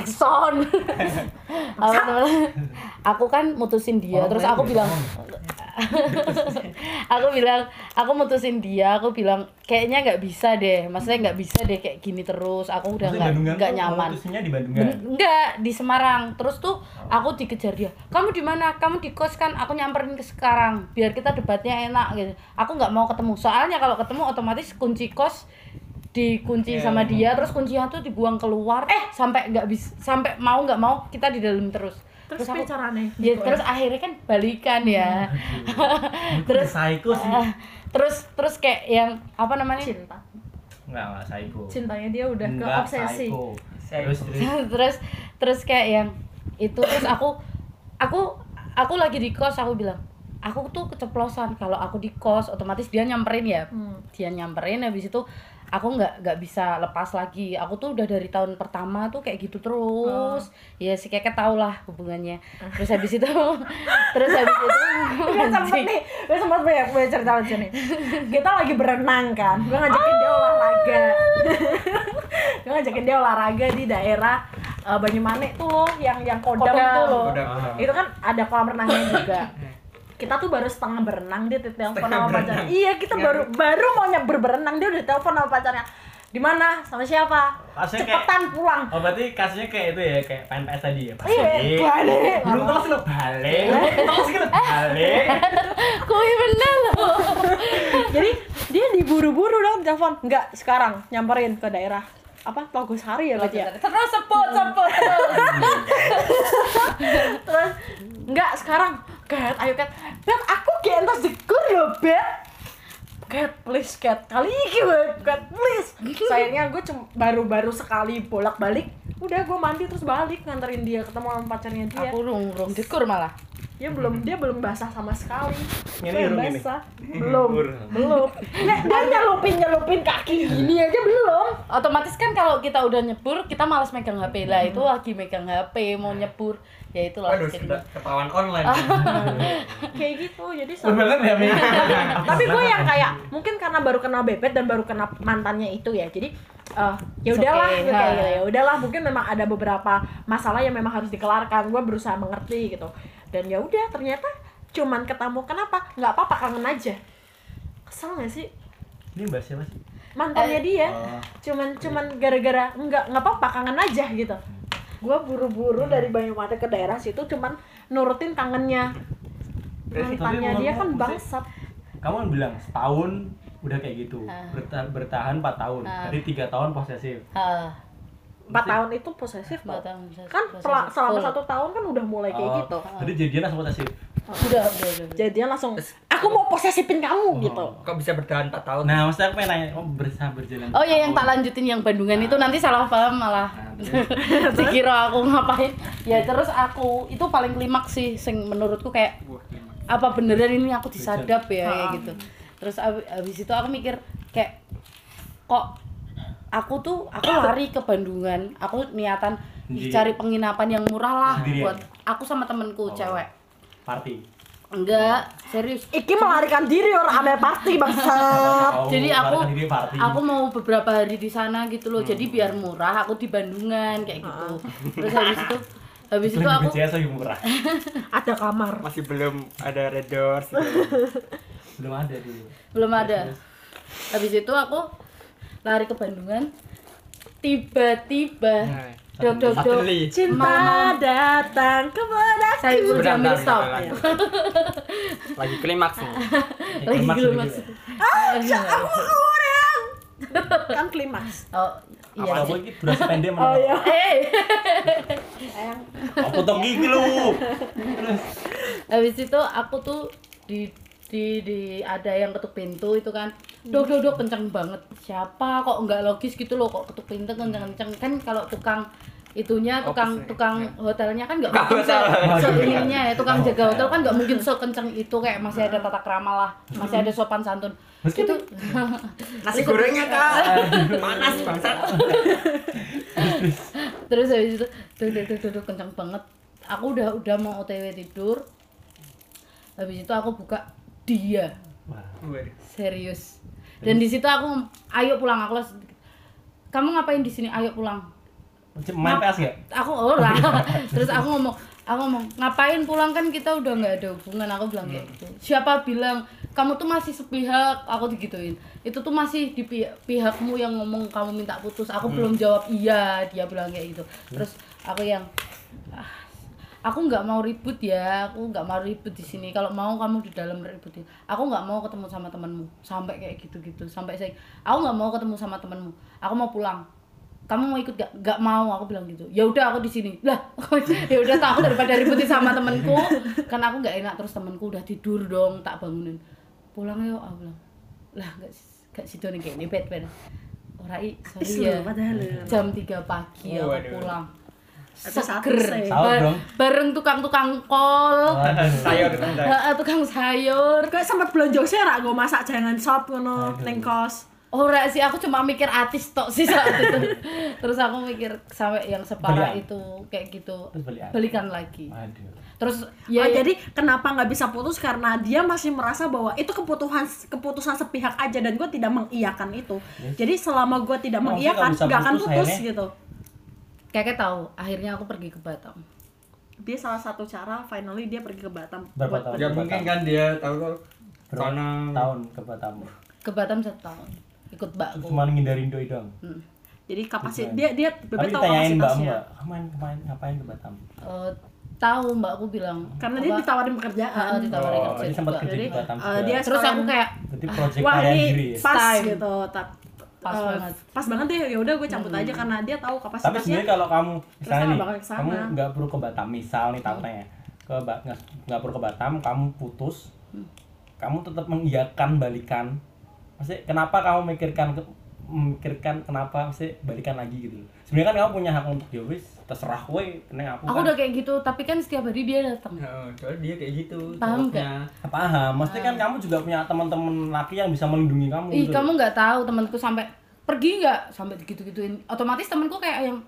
Cekson. Apa namanya? Aku kan mutusin dia, Oh, terus main aku bilang, aku bilang aku mutusin dia, aku bilang kayaknya nggak bisa deh, maksudnya nggak bisa deh kayak gini terus, aku udah nggak nggak nyaman. Mutusinnya di Bandungan? Ben- enggak, di Semarang. Terus tuh aku dikejar dia, kamu di mana, kamu di kos kan, aku nyamperin ke sekarang biar kita debatnya enak gitu. Aku nggak mau ketemu, soalnya kalau ketemu otomatis kunci kos dikunci Yeah. sama dia, terus kuncinya tuh dibuang keluar, eh sampai nggak bisa, sampai mau nggak mau kita di dalam terus. Terus, aku caranya? ya terus akhirnya kan balikan ya. Terus terus psycho sih. ah, terus terus kayak yang apa namanya? Cinta. Enggak, enggak psycho. Cintanya dia udah ke Enggak obsesi. psycho. Psycho. Terus terus terus terus kayak yang itu, terus aku aku aku lagi di kos, aku bilang aku tuh keceplosan, kalau aku di kos otomatis dia nyamperin ya. Hmm. Dia nyamperin, habis itu aku nggak nggak bisa lepas lagi. Aku tuh udah dari tahun pertama tuh kayak gitu terus. Ya si Keke tau lah hubungannya. Terus habis itu terus habis itu Gue sempet nih, gue sempet banyak banyak cerita lucu nih. Kita lagi berenang kan, gue ngajakin dia olahraga. Gue ngajakin dia olahraga di daerah uh, Banyumanik tuh loh, yang yang kodam, Kodam. tuh loh. Kodam. Itu kan ada kolam renangnya juga. Kita tuh baru setengah berenang, dia telepon Setengah sama pacarnya. berenang. Iya, kita Iya. baru baru mau nyamper berenang, dia udah telepon sama pacarnya. Di mana? Sama siapa? Kasusnya kayak- Cepetan pulang. Oh berarti kasusnya kayak itu ya, kayak P N P S tadi ya? Iya, balik. Belum terus lo balik, terus lo balik. kui bener loh. Jadi dia diburu-buru dong telepon. Enggak, sekarang nyamperin ke daerah apa Togosari ya berarti ya. Terus sebut sebut terus. Terus enggak sekarang. Kat, ayo Kat. Bet, aku kayak entas jegur loh, Bet. Kat, please Kat. Kali ini gue, Kat, please. Sayangnya gue cuma baru-baru sekali bolak-balik. Udah gue mandi terus balik nganterin dia ketemu sama pacarnya dia. Aku rung rung jekur malah. Dia belum dia belum basah sama sekali. Ini Belum urung ini. basah. Belum. Urung. Belum. Nah, dia nyelupin nyelupin kaki gini aja belum. Otomatis kan kalau kita udah nyebur, kita malas megang H P lah. Itu lagi megang H P mau nyebur, ya itulah. Waduh, Jadi- sudah ketahuan online. Kayak gitu. Jadi Lu banget ya, Mi? tapi gue yang kayak mungkin karena baru kenal Bebet dan baru kenal mantannya itu ya, jadi eh ya It's udahlah okay, gitu, kayak ha. gitu, ya udahlah mungkin memang ada beberapa masalah yang memang harus dikelarkan, gue berusaha mengerti gitu, dan ya udah ternyata cuman ketemu, kenapa nggak apa-apa, kangen aja. Kesel nggak sih Ini bahas siapa sih? mantannya Eh, dia, oh. cuman cuman gara-gara nggak nggak apa-apa, kangen aja gitu. Gue buru-buru dari Banyumanik ke daerah situ cuman nurutin kangennya mantannya dia kan menurutmu, bangsat. Kamu kan bilang setahun udah kayak gitu, Ah. Berta- bertahan empat tahun, Ah. dari tiga tahun posesif. Ah, Empat tahun itu posesif empat kok. tahun posesif, Kan posesif pela- selama full. satu tahun kan udah mulai kayak Oh, gitu. Jadi jadian langsung posesif. Udah, udah, udah. Jadinya langsung aku mau posesifin kamu gitu. Kok bisa bertahan empat tahun? Nah, maksudnya aku pengen nanya, kamu berusaha berjalan. Oh ya, yang empat tak tahun. lanjutin yang Bandungan itu nanti salah paham malah. Nah, terus? Dikira aku ngapain. Ya terus aku itu paling klimaks sih, sing menurutku kayak Wah, gimana? apa beneran ini aku disadap ya kayak Ha. gitu. Terus ab- abis itu aku mikir kayak kok aku tuh aku lari ke Bandungan, aku niatan Sendiri. cari penginapan yang murah lah Sendirian? buat aku sama temenku Oh. cewek. Party. Enggak, serius. Iki melarikan diri orang ambil party bangsat. Oh, Jadi aku melarikan diri party. aku mau beberapa hari di sana gitu loh. Jadi Hmm. biar murah aku di Bandungan kayak gitu. Terus habis itu habis itu Lebih aku B C S lagi murah. Ada kamar. Masih belum ada red doors. gitu. Belum ada dulu. belum ada. Habis itu aku lari ke Bandungan. Tiba-tiba Nah, dok dok dok Suddenly. Cinta Mau- datang kepadaku. saya Bentar, Jamil bentar, stop. bentar, lagi. Lagi klimaks nih. Lagi Klimaks klimaks. gitu Kan klimaks. Oh iya. Apa aku ini durasi pendek Oh mana? iya. Eh, Sayang. Aku potong gigi lu. habis itu aku tuh di di di ada yang ketuk pintu itu kan, dok dok dok kenceng banget, siapa kok nggak logis gitu loh, kok ketuk pintu kenceng kenceng kan, kalau tukang itunya tukang Opus, tukang ya. hotelnya kan nggak Tukang mungkin se, hotel. se ininya ya, tukang Oh, jaga hotel hotel. kan nggak mungkin sekenceng itu, kayak masih ada tata krama lah, masih ada sopan santun Meski itu. Nasi gorengnya kak. Panas bangsat. Terus habis itu duduk duduk duduk kenceng banget, aku udah udah mau O T W tidur, habis itu aku buka dia. Wah. Waduh. Serius. Dan di situ aku, ayo pulang, aku langsung, kamu ngapain di sini? Ayo pulang. Main P S gak? Aku oh lah. Terus aku ngomong, Aku ngomong, ngapain pulang kan kita udah nggak ada hubungan, aku bilang kayak gitu. Siapa bilang kamu tuh masih sepihak, aku digituin. Itu tuh masih di pi- pihakmu yang ngomong kamu minta putus. Aku hmm. belum jawab iya, dia bilang kayak gitu. Terus aku yang ah, aku nggak mau ribut ya, aku nggak mau ribut di sini. Kalau mau kamu di dalam ributin. Aku nggak mau ketemu sama temanmu sampai kayak gitu-gitu. Sampai saya, aku nggak mau ketemu sama temanmu. Aku mau pulang. Kamu mau ikut gak? Gak mau, aku bilang gitu. Ya udah aku di sini. Lah, ya udah tak aku daripada ributin sama temanku, kan aku nggak enak terus temanku udah tidur dong, tak bangunin. Pulang yuk, aku bilang. Lah, gak gak situ nih kayak ini bed-bed. Orai, sorry ya. Jam tiga pagi Oh, aku aduh. pulang. Satu-satu, Seger. say. Sahur Ba- dong. bareng tukang-tukang kol. Sayur kan sayur. Heeh, tukang sayur. Kayak sempat belanja sih rak gue masak jangan sop ngono ning kos. Ora sih, aku cuma mikir artis tok sih saat itu. Terus aku mikir sampai yang separah Belian. itu kayak gitu. Terus belian. Balikan lagi. Aduh. Terus Ya, ya, ya jadi kenapa nggak bisa putus karena dia masih merasa bahwa itu keputusan keputusan sepihak aja dan gue tidak mengiyakan itu. Yes. Jadi selama gue tidak Oh, mengiyakan maksudnya nggak bisa nggak akan putus putus akhirnya? gitu. kakek tahu, akhirnya aku pergi ke Batam. Dia salah satu cara finally dia pergi ke Batam. Berapa buat tahun? Ya mungkin kan dia tahu kalau Berapa sana tahun ke Batam? Ke Batam satu tahun. Ikut mbakku. Cuma ngindarin doi doang. Hmm. Jadi kapasitas Tujuan. dia dia Tapi bebek tahu ditanyain mbakmu kapasitasnya. nggak, kemarin kemarin ngapain ke Batam? Eh, tahu mbakku bilang Karena dia apa, ditawarin ah, pekerjaan. ditawarin Oh, kerja dia sempat juga. kerja Jadi di Batam eh, juga. dia Terus aku sekalian, kayak Berarti project wah kalian ini diri ya? pas Time. gitu. Tap, Pas eh, banget. Pas banget deh. Ya udah gue cabut aja karena dia tahu Tapi kapasitasnya. sebenarnya kalau kamu misalnya nggak nih, bakal kesana. kamu nggak perlu ke Batam, misal nih takutnya ke ba nggak nggak perlu ke Batam, kamu putus, kamu tetap mengiyakan balikan. Maksudnya kenapa kamu mikirkan ke, memikirkan kenapa sih balikan lagi gitu? Sebenarnya kan kamu punya hak untuk ya wis terserah kowe, neng aku, Aku kan. udah kayak gitu, tapi kan setiap hari dia datang. Heeh, soalnya dia kayak gitu. Paham cowoknya. Paham, maksudnya kan kamu juga punya teman-teman laki yang bisa melindungi kamu. Ih, gitu. kamu nggak tahu temanku sampai pergi nggak sampai gitu-gituin. Otomatis temanku kayak yang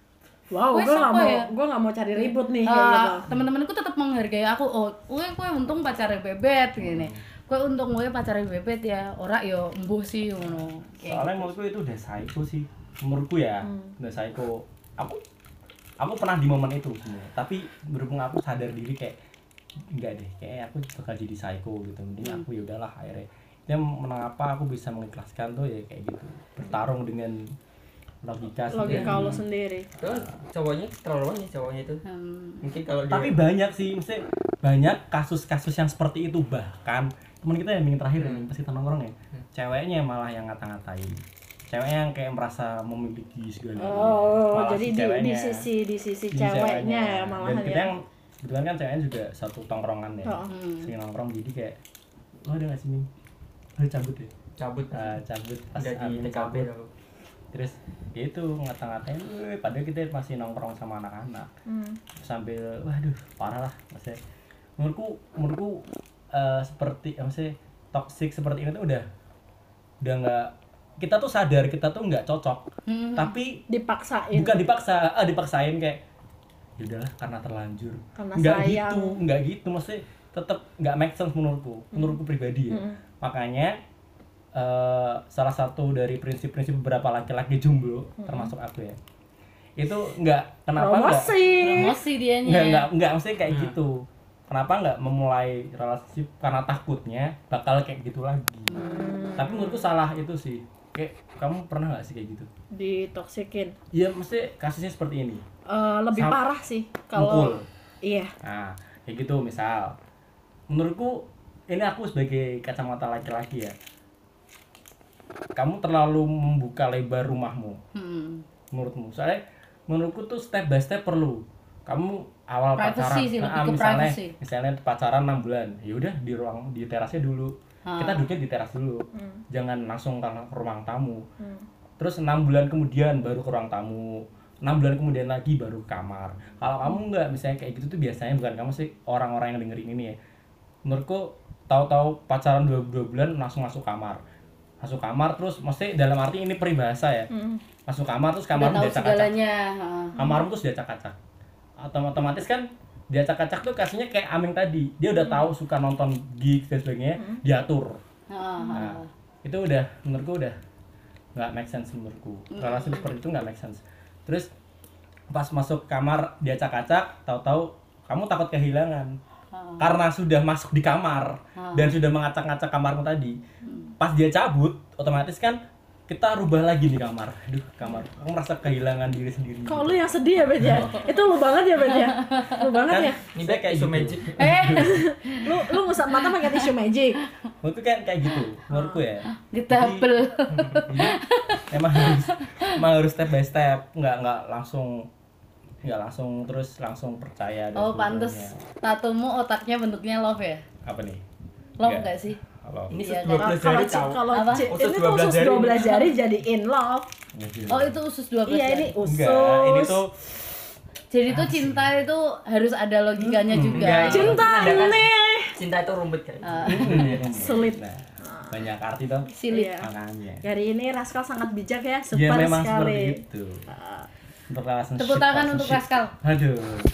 Wow, Wes, gue nggak apa mau, ya? gue nggak mau cari ribut nih. eh, kayak gitu. teman-temanku tetap menghargai aku. Oh, gue gue untung pacarnya bebet gini. Gue untung gue pacarnya bebet ya. Ora yo embuh sih ngono. Kayak Soalnya gitu. menurutku itu udah psycho sih, menurutku ya, Hmm. udah psycho. Aku, aku pernah di momen itu sebenarnya, tapi berhubung aku sadar diri kayak enggak deh, kayak aku bakal jadi psycho gitu. Mending Hmm. aku ya udahlah akhirnya. Dia mengapa aku bisa mengikhlaskan tuh ya kayak gitu, bertarung dengan logika sendiri. Logika lo sendiri. Terus cowoknya terlaluan ya cowoknya itu. Hmm, Mungkin kalau dia Tapi banyak sih, mesti banyak kasus-kasus yang seperti itu, bahkan teman kita yang minggu terakhir Hmm. yang pasti nongkrong ya, ceweknya malah yang ngata-ngatain, ceweknya yang kayak merasa memiliki segala Oh, malah jadi si di, di ceweknya. sisi di sisi Di ceweknya ya dan malahan kita ya. yang kebetulan kan ceweknya juga satu tongkrongan ya, Oh. Hmm. sering nongkrong, jadi kayak lo ada nggak sih Ming? Lo cabut ya? cabut Ah, cabut pas udah di Amin T K B cabut. tau. Terus ya itu ngata-ngatain, "Weh," padahal kita masih nongkrong sama anak-anak Hmm. sambil waduh parah lah maksudnya. Menurutku menurutku eh, seperti eh, maksudnya toxic seperti itu udah udah nggak, kita tuh sadar kita tuh nggak cocok, Hmm. tapi Dipaksain. bukan dipaksa, ah dipaksain kayak ya udahlah karena terlanjur, Karena nggak sayang. gitu nggak gitu maksudnya tetap nggak make sense menurutku menurutku pribadi ya. Mm-mm. Makanya eh, salah satu dari prinsip-prinsip beberapa laki-laki jomblo termasuk aku ya, itu nggak kenapa nggak Promosi. Promosi dianya. nggak nggak nggak maksudnya kayak gitu, kenapa nggak memulai relationship karena takutnya bakal kayak gitu lagi. Tapi menurutku salah itu sih, kayak kamu pernah nggak sih kayak gitu? Ditoksikin. Iya, mesti kasusnya seperti ini. Eh, lebih Sam- parah sih Mukul. kalau iya. Nah, kayak gitu misal. Menurutku ini aku sebagai kacamata laki-laki ya. Kamu terlalu membuka lebar rumahmu Hmm. menurutmu. Soalnya menurutku tuh step by step perlu. Kamu awal Privacy pacaran, sih, lebih nah, ke misalnya privacy. misalnya pacaran enam bulan, ya udah di ruang di terasnya dulu. Ah. Kita duduknya di teras dulu. Hmm. Jangan langsung ke ruang tamu. Hmm. Terus enam bulan kemudian baru ke ruang tamu, enam bulan kemudian lagi baru ke kamar. Kalau kamu nggak misalnya kayak gitu tuh biasanya bukan kamu sih, orang-orang yang dengerin ini ya, menurutku tahu-tahu pacaran dua, dua bulan langsung masuk kamar, masuk kamar terus mesti dalam arti ini peribahasa ya, Hmm. masuk kamar terus Udah kamarmu tahu diacak-acak, segalanya. Ah. kamarmu terus diacak-acak, atau otomatis kan diacak-acak tuh kasihnya kayak Aming tadi, dia udah tahu suka nonton gigs dan sebagainya, diatur. Ah, Nah, ah. itu udah menurutku udah nggak make sense menurutku. Relasi seperti itu nggak make sense. Terus pas masuk kamar dia acak-acak, tahu-tahu kamu takut kehilangan. Karena sudah masuk di kamar dan sudah mengacak-ngacak kamarmu tadi. Pas dia cabut, otomatis kan kita rubah lagi nih kamar. Aduh, kamar. Aku merasa kehilangan diri sendiri. Kalau lu yang sedih ya, Bet ya? Itu lu banget ya, Bet ya? Lu banget Kan ya? Ini saya kayak isu gitu. magic. Eh, Lu lu ngusap mata pakai tisu magic. Menurutku kayak kayak gitu, menurutku ya. ditebel. Jadi emang harus emang harus step by step, nggak nggak langsung nggak langsung terus langsung percaya. dan Oh, sebagainya. pantes tatumu otaknya bentuknya love ya? Apa nih? Love Nggak. nggak sih? Halo. Ini Iya, dua belas Kalau jari ci- tahu. kalau Apa? ci- Usus ini tuh dua belas usus jari. dua belas jari jadi in love. Oh, itu usus dua belas Iya, ini jari. usus. Enggak, ini tuh Jadi tuh cinta itu harus ada logikanya juga. Enggak. Cinta Ada kan? nih. Cinta itu rumit kan. Ah, Sulit. Nah, banyak arti dong silit. Iya. makanya. Hari ini Raskal sangat bijak ya, Ya super memang seperti sekali. itu. Untuk relationship. Tepuk tangan untuk relationship. Raskal. Aduh.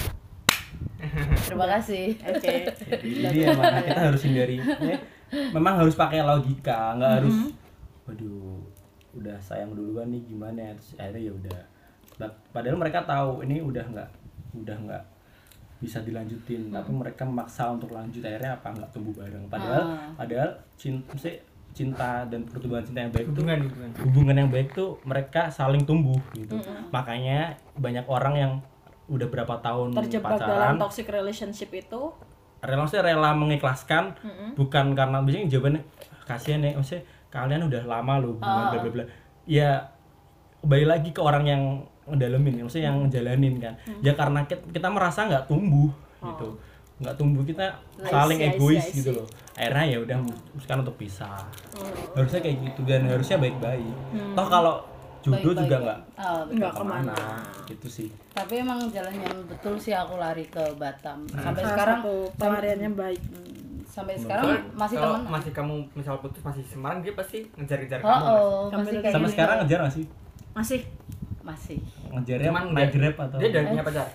Terima kasih. Oke. Jadi emang kita harus hindari. eh, memang harus pakai logika, nggak harus. Waduh, udah sayang duluan nih gimana? Terus akhirnya ya udah. Pad- Padahal mereka tahu ini udah nggak, udah nggak bisa dilanjutin, tapi mereka memaksa untuk lanjut, akhirnya apa nggak tumbuh bareng. Padahal, Ah. padahal cinta, cinta dan pertumbuhan cinta yang baik itu Hubungan hubungan. hubungan yang baik tuh mereka saling tumbuh gitu. Makanya banyak orang yang udah berapa tahun Terjebak dalam pacaran, toxic relationship itu. rela maksudnya rela mengikhlaskan, bukan karena biasanya jawabannya kasihan ya, maksudnya kalian udah lama loh hubungan bla bla bla. Ya kembali lagi ke orang yang ngedalemin, maksudnya yang ngejalanin kan. Ya karena kita, kita merasa nggak tumbuh gitu. Nggak tumbuh, kita I saling see, I see, egois I gitu see. loh. Akhirnya ya udah memutuskan untuk pisah. Harusnya kayak gitu dan harusnya baik-baik. Toh kalau jodoh Baik-baik juga ya. nggak Oh, betul. Nggak kemana. gitu sih. Tapi emang jalan yang betul sih aku lari ke Batam. Sampai Salah sekarang satu pelariannya baik. Hmm, sampai sekarang Soalnya masih kalau teman. masih kamu misal putus masih Semarang, dia pasti ngejar-ngejar Oh, kamu. oh, Kamu masih udah- kayak Sampai gitu. sekarang ngejar nggak sih? Masih. Masih. Ngejarnya Cuman naik dia- grab atau Dia udah punya pacar.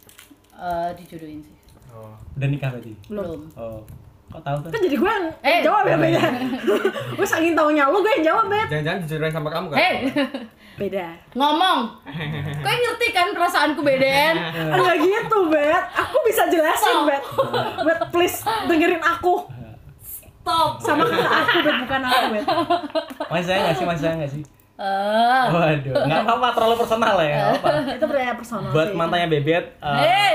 Eh, dijodohin sih. Oh. udah nikah berarti? Belum. Oh, kok tahu tuh? Kan jadi gue yang Eh. jawab ya, beda. Gue saking taunya lu, gue yang jawab, Bet. Jangan-jangan dijodohin sama kamu kan? Hei, Beda. ngomong. Kau ngerti kan perasaanku beden? Enggak gitu, Bet. Aku bisa jelasin, Bet. Bet, please dengerin aku. Stop. Sama kakak aku, Bet, bukan aku, Bet. Masih saya nggak sih? Masih saya nggak sih? Eh, Waduh, nggak apa-apa, terlalu personal ya, nggak apa. Itu pertanyaan personal Buat sih. mantannya Bebet, eh, Eh.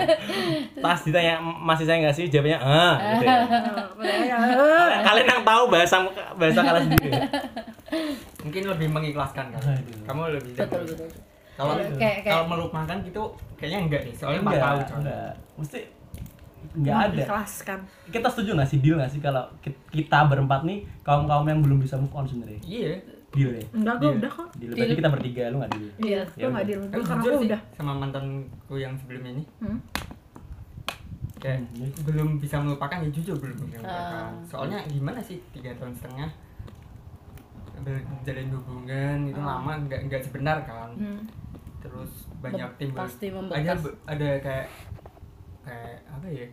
pas ditanya masih saya nggak sih, jawabnya ah, gitu ya. Nah, pertanyaan, eh. Kalian yang tahu bahasa bahasa kalian sendiri. Ya? Mungkin lebih mengikhlaskan kan? Aduh. Kamu lebih betul betul. Kalau Kayak- kayak- kalau melupakan gitu kayaknya enggak nih. Soalnya empat Enggak, tahun coy. enggak. Mesti nggak ada. Ikhlaskan. Kita setuju nggak sih, deal nggak sih kalau ki- kita berempat nih kaum kaum yang belum bisa move on sebenarnya? Iya. Deal ya. Enggak, gue Deal. udah kok. Deal. Berarti kita bertiga, lu nggak deal? Iya, Ya gue nggak udah. deal. Kan Gue karena jujur gue sih udah. sama mantanku yang sebelumnya ini Hmm? kayak Hmm, iya. belum bisa melupakan, ya jujur belum bisa Ah. melupakan. Soalnya gimana sih tiga tahun setengah berjalin hubungan itu Ah. lama nggak nggak sebenar kan. Hmm. Terus banyak Mem- timbul pasti ada membekas. be- ada kayak kayak apa ya,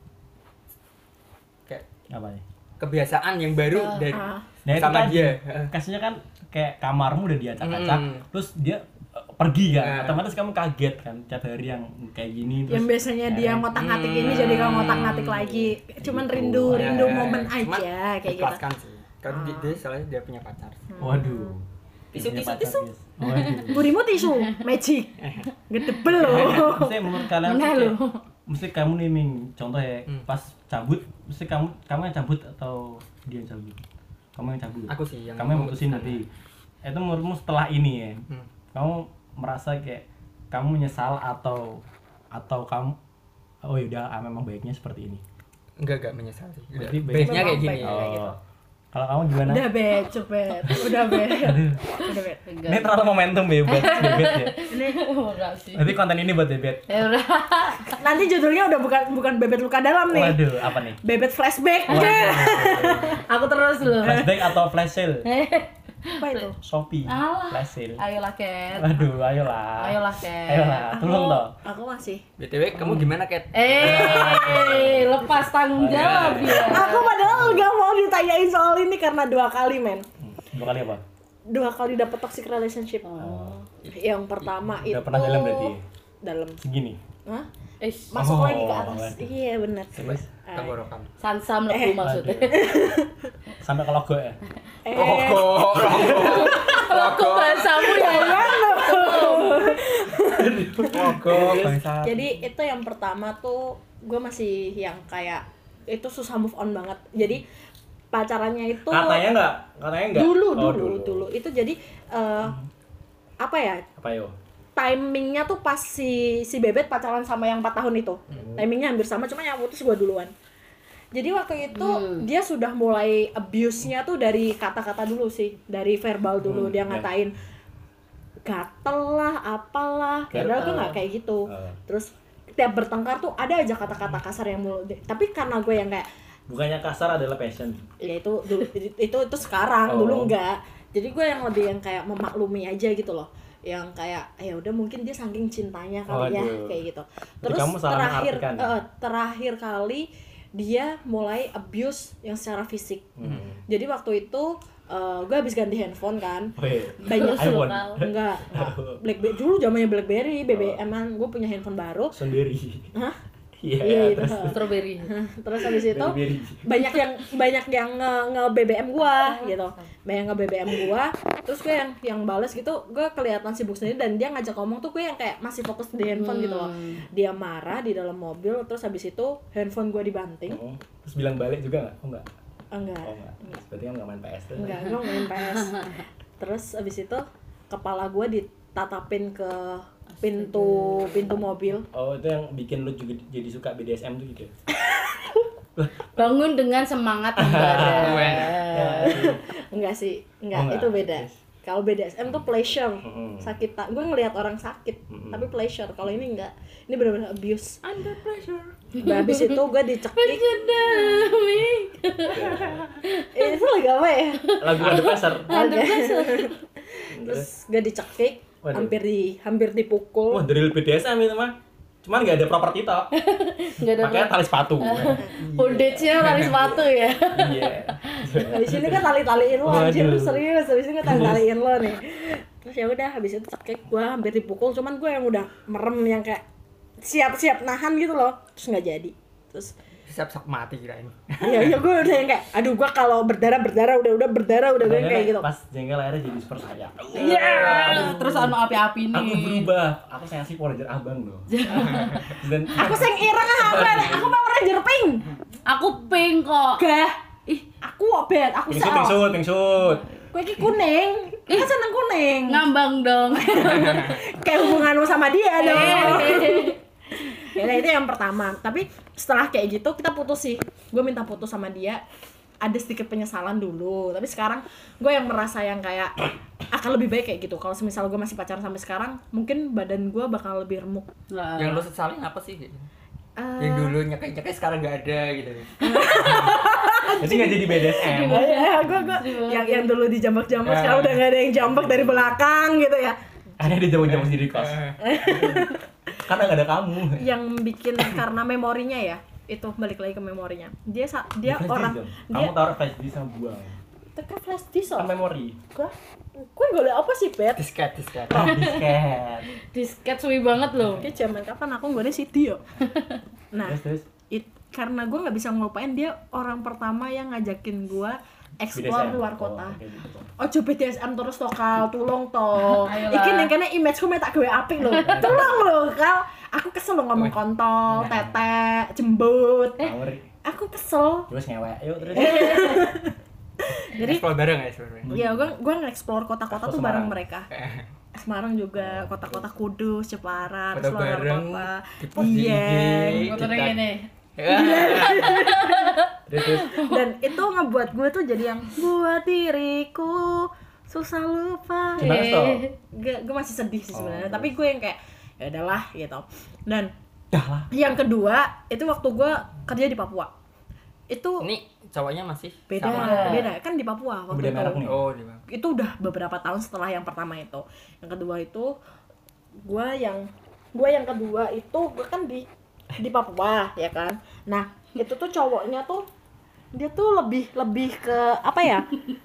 kayak Apa nih? kebiasaan yang baru Ah, dari ah. Nah, itu sama tadi, dia. Kasihnya kan kayak kamarmu udah diacak-acak, Mm. terus dia uh, pergi kan, Nah. otomatis kamu kaget kan, tiap hari yang kayak gini. Yang biasanya dia ngotak-ngatik ini Hmm. jadi kalau ngotak-ngatik lagi. Cuman Gitu. rindu, Ya, rindu Ya, momen cuman aja kayak gitu. ikhlaskan sih. Kan Ah. dia, dia soalnya dia punya pacar. Waduh. Tisu, Punya tisu, pacar, tisu. guys. Waduh. Burimu tisu, magic. Gedebel loh. Mesti menurut kalian Nah, kayak- lu. mesti kamu nih Ming, contoh ya, Hmm. pas cabut, mesti kamu kamu yang cabut atau dia yang cabut? Kamu yang cabut. Aku sih yang Kamu yang memutuskan. mutusin nanti. Itu menurutmu setelah ini ya, Hmm. kamu merasa kayak kamu menyesal atau atau kamu oh yaudah ah, memang baiknya seperti ini. Enggak enggak menyesal sih. Udah, Berarti baik- baiknya kayak Memang gini. baik. kayak gitu. Oh. Kalau kamu gimana? Udah bet, cepet. Udah bet. Udah bet. Enggak. Ini terlalu momentum ya buat Bebet ya. Ini Enggak sih. Nanti konten ini buat Bebet. Ya udah. nanti judulnya udah bukan bukan bebet luka dalam nih. Waduh, apa nih? Bebet flashback. Aku terus dulu. Flashback atau flash sale? Apa itu? Shopee. Alah. Flash sale. Ayolah, Ket. Waduh, ayolah. Ayolah, Ket. Ayolah, tolong toh. Aku masih. B T W kamu gimana, Kat? Eh, lepas tanggung jawab ya. Aku padahal gak mau ditanyain soal ini karena dua kali men. Dua kali apa? Dua kali dapet toxic relationship. Oh. Yang pertama itu Udah pernah dalam berarti ya? dalam. Segini. Hah? Eh, masuk Oh, lagi ke atas. waduh. Iya benar. Terus tenggorokan. Sansa mlebu maksudnya. sampai ke logo ya. Eh, Rokok, rokok, Kok bahasamu ya? rokok, bangsa. jadi itu yang pertama tuh gue masih yang kayak itu susah move on banget. Jadi pacarannya itu Katanya enggak? Katanya enggak. dulu, Oh, dulu dulu itu jadi eh, apa ya, Apa yo? timingnya tuh pas si si Bebet pacaran sama yang empat tahun itu. Timingnya hampir sama, cuma yang putus gue duluan. Jadi waktu itu Hmm. dia sudah mulai abuse-nya tuh dari kata-kata dulu sih, dari verbal dulu. Hmm, Dia ya. ngatain gatel lah, apalah. Padahal tuh nggak kayak gitu. Uh. Terus tiap bertengkar tuh ada aja kata-kata kasar yang mulu. Tapi karena gue yang kayak Bukannya kasar adalah passion. ya itu dulu itu itu sekarang, Oh. dulu enggak. Jadi gue yang lebih yang kayak memaklumi aja gitu loh. Yang kayak ya udah mungkin dia saking cintanya kali ya, Waduh. kayak gitu. Jadi Terus kamu salah terakhir mengartikan. eh, terakhir kali dia mulai abuse yang secara fisik. Hmm. Jadi waktu itu eh, gue habis ganti handphone kan. Weh. Banyak iPhone. enggak, enggak. Blackberry dulu zamannya Blackberry, B B M-an gue punya handphone baru. Sendiri. Hah? Iya, Iya, itu. terus Strawberry. Terus habis itu Blackberry. banyak yang banyak yang nge, nge B B M gua gitu, banyak nge B B M gua, terus gue yang yang bales gitu, gue kelihatan sibuk sendiri dan dia ngajak ngomong tuh gue yang kayak masih fokus di handphone gitu loh. Dia marah di dalam mobil, terus habis itu handphone gua dibanting. Oh, terus bilang balik juga nggak? Oh enggak. Enggak, Oh enggak. Berarti kan nggak main P S tuh. enggak, gue main P S. Terus habis itu kepala gua ditatapin ke pintu pintu mobil. Oh, itu yang bikin lu juga jadi suka B D S M tuh gitu. Bangun dengan semangat membara. Enggak sih, enggak, Oh, enggak. itu beda. Yes. Kalau B D S M tuh pleasure, Mm-mm. sakit. Gue ngelihat orang sakit, Mm-mm. tapi pleasure. Kalau ini enggak, ini benar-benar abuse. Under pressure. Bah, habis itu gue dicekik. Eh, itu lagu apa ya? Lagu ada pasar. Oke. Terus gue dicekik, Waduh. hampir di hampir dipukul. Wah, dari B D S M itu mah. Cuman nggak ada properti top. Enggak ada Makanya tali sepatu. bondage-nya tali sepatu ya. Iya. Habis ini kan tali-taliin lo anjir, Waduh. serius. Habis ini kan tali-taliin lo nih. Terus ya udah, habis itu cekik, gue hampir dipukul. Cuman gue yang udah merem, yang kayak siap-siap nahan gitu loh. Terus nggak jadi. Terus Siap-siap mati kirain. iya iya gue udah yang kayak aduh gue kalau berdarah berdarah udah udah berdarah udah gue kayak gitu. Pas jengkel akhirnya jadi super saya. Iya. Terus anu api-api nih. Aku berubah. Aku sensi Power Ranger abang loh. Dan Aku sing ireng apa? Aku mau Ranger pink. Aku pink kok. Gah. Ih, aku obet, aku pingsut, pingsut, pingsut. Kowe iki kuning. Kan seneng kuning. Ngambang dong. Kayak hubunganmu sama dia dong. Eh. Ya nah, itu yang pertama. Tapi setelah kayak gitu kita putus sih. Gue minta putus sama dia. Ada sedikit penyesalan dulu. Tapi sekarang gue yang merasa yang kayak akan lebih baik kayak gitu. Kalau semisal gue masih pacaran sampai sekarang, mungkin badan gue bakal lebih remuk. Nah. Yang lo sesalin apa sih? Eh, Yang dulu nyekai-nyekai sekarang nggak ada gitu. Jadi nggak jadi B D S M. ya, gue gue yang yang dulu dijambak-jambak sekarang udah gak ada yang jambak dari belakang gitu ya. Ada di jauh-jauh sendiri kos. Karena nggak ada kamu. Yang bikin karena memorinya ya, itu balik lagi ke memorinya. Dia sa- dia Flash disk orang dong. dia Kamu taruh flash disk sama buang. teka flash disk Kan oh. memori. Gua gue golek apa sih, Bet? Disket, disket. Oh, disket. Disket suwi banget loh. Kayak zaman kapan aku golek C D yo. Nah, Terus terus. it, karena gue nggak bisa ngelupain dia orang pertama yang ngajakin gue explore B D S M. luar kota. Oh, kayak gitu. Ojo B D S M terus to Kal, tulung to. Ayolah. Iki ning kene image-ku mek tak gawe apik lho. Tulung lho, Kal. Aku kesel lho ngomong kontol, tetek, jembut. Eh, Power. aku kesel. Terus ngewek. Yuk terus. Jadi Explore bareng ya, explore bareng. ya gue gue nge-explore kota-kota Aku tuh bareng Semarang. mereka. Semarang juga, kota-kota Kudus, Jepara, Foto terus luar bareng, kota. di-post di I G. Iya. Motornya Kita- gini. Terus terus. Dan itu ngebuat gue tuh jadi yang buat diriku susah lupa. Gimana, Sto? Gue gue masih sedih sih sebenarnya, Oh, tapi gue yang kayak ya udahlah gitu. Dan Dah lah. yang kedua itu waktu gue kerja di Papua. Itu Ini cowoknya masih beda, sama. beda kan di Papua waktu Beda itu. merek nih. Oh, di bawah. Itu udah beberapa tahun setelah yang pertama itu. Yang kedua itu gue yang gue yang kedua itu gue kan di di Papua ya kan. Nah itu tuh cowoknya tuh dia tuh lebih lebih ke apa ya?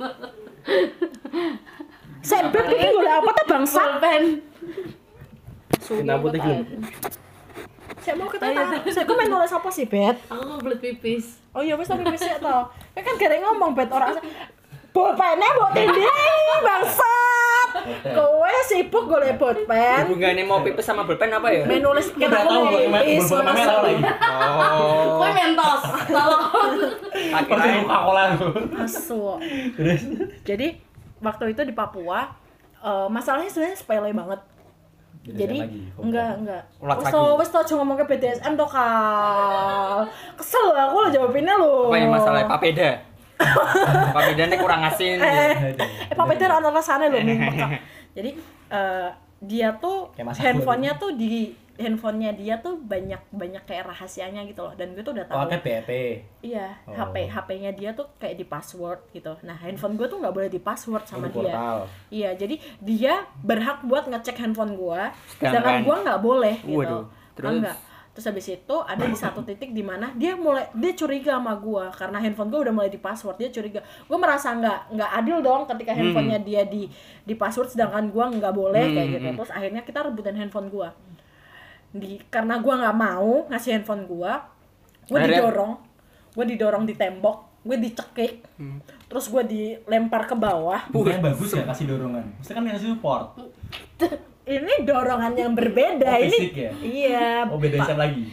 Sebet ini gue apa tuh bangsa? Pulpen. Kena putih gini. Saya mau kita tahu. Saya gue main nulis apa sih, Bet? Aku kebelet pipis. Oh iya wis tapi wis ya to. Kan kan gak ngomong Bet ora. Bolpennya mbok tindih bangsat. Kowe sibuk golek bolpen. Hubungannya mau pipis sama bolpen apa ya? Main nulis Udah kita tahu kok nulis main pipis, bolpen merah lagi. Oh. Kowe mentos. Tolong. Pasti buka kolan. Asu. Terus Jadi waktu itu di Papua eh, masalahnya sebenarnya sepele banget. Jadi enggak enggak. Ulat Wes lagi. to wes to aja ngomong ke B D S M to Kal. Kesel loh aku lo jawabinnya lo. Apa yang masalah papeda? Papeda ini kurang asin. Eh, eh papeda ana rasane lho nih. Jadi eh, dia tuh Kayak masak handphonenya tuh di handphonenya dia tuh banyak banyak kayak rahasianya gitu loh, dan gue tuh udah tahu. Oh, kayak B P. Iya, Oh. H P H P-nya dia tuh kayak di password gitu. Nah, handphone gue tuh nggak boleh di password sama Oh, di dia. portal. Iya, jadi dia berhak buat ngecek handphone gue, Sedangkan- sedangkan gue nggak boleh gitu. Waduh, terus? Enggak. Terus habis itu ada di satu titik di mana dia mulai dia curiga sama gue karena handphone gue udah mulai di password. Dia curiga. Gue merasa nggak nggak adil dong ketika handphonenya dia di di password sedangkan gue nggak boleh kayak gitu. Terus akhirnya kita rebutan handphone gue. Di karena gue nggak mau ngasih handphone gue, gue Akhirnya- didorong, gue didorong di tembok, gue dicekik, terus gue dilempar ke bawah. Bukan bagus ya kasih dorongan. Mesti kan kasih support. Ini dorongan yang berbeda. Oh, Ini fisik ya? iya. Oh, beda Pak. S M lagi.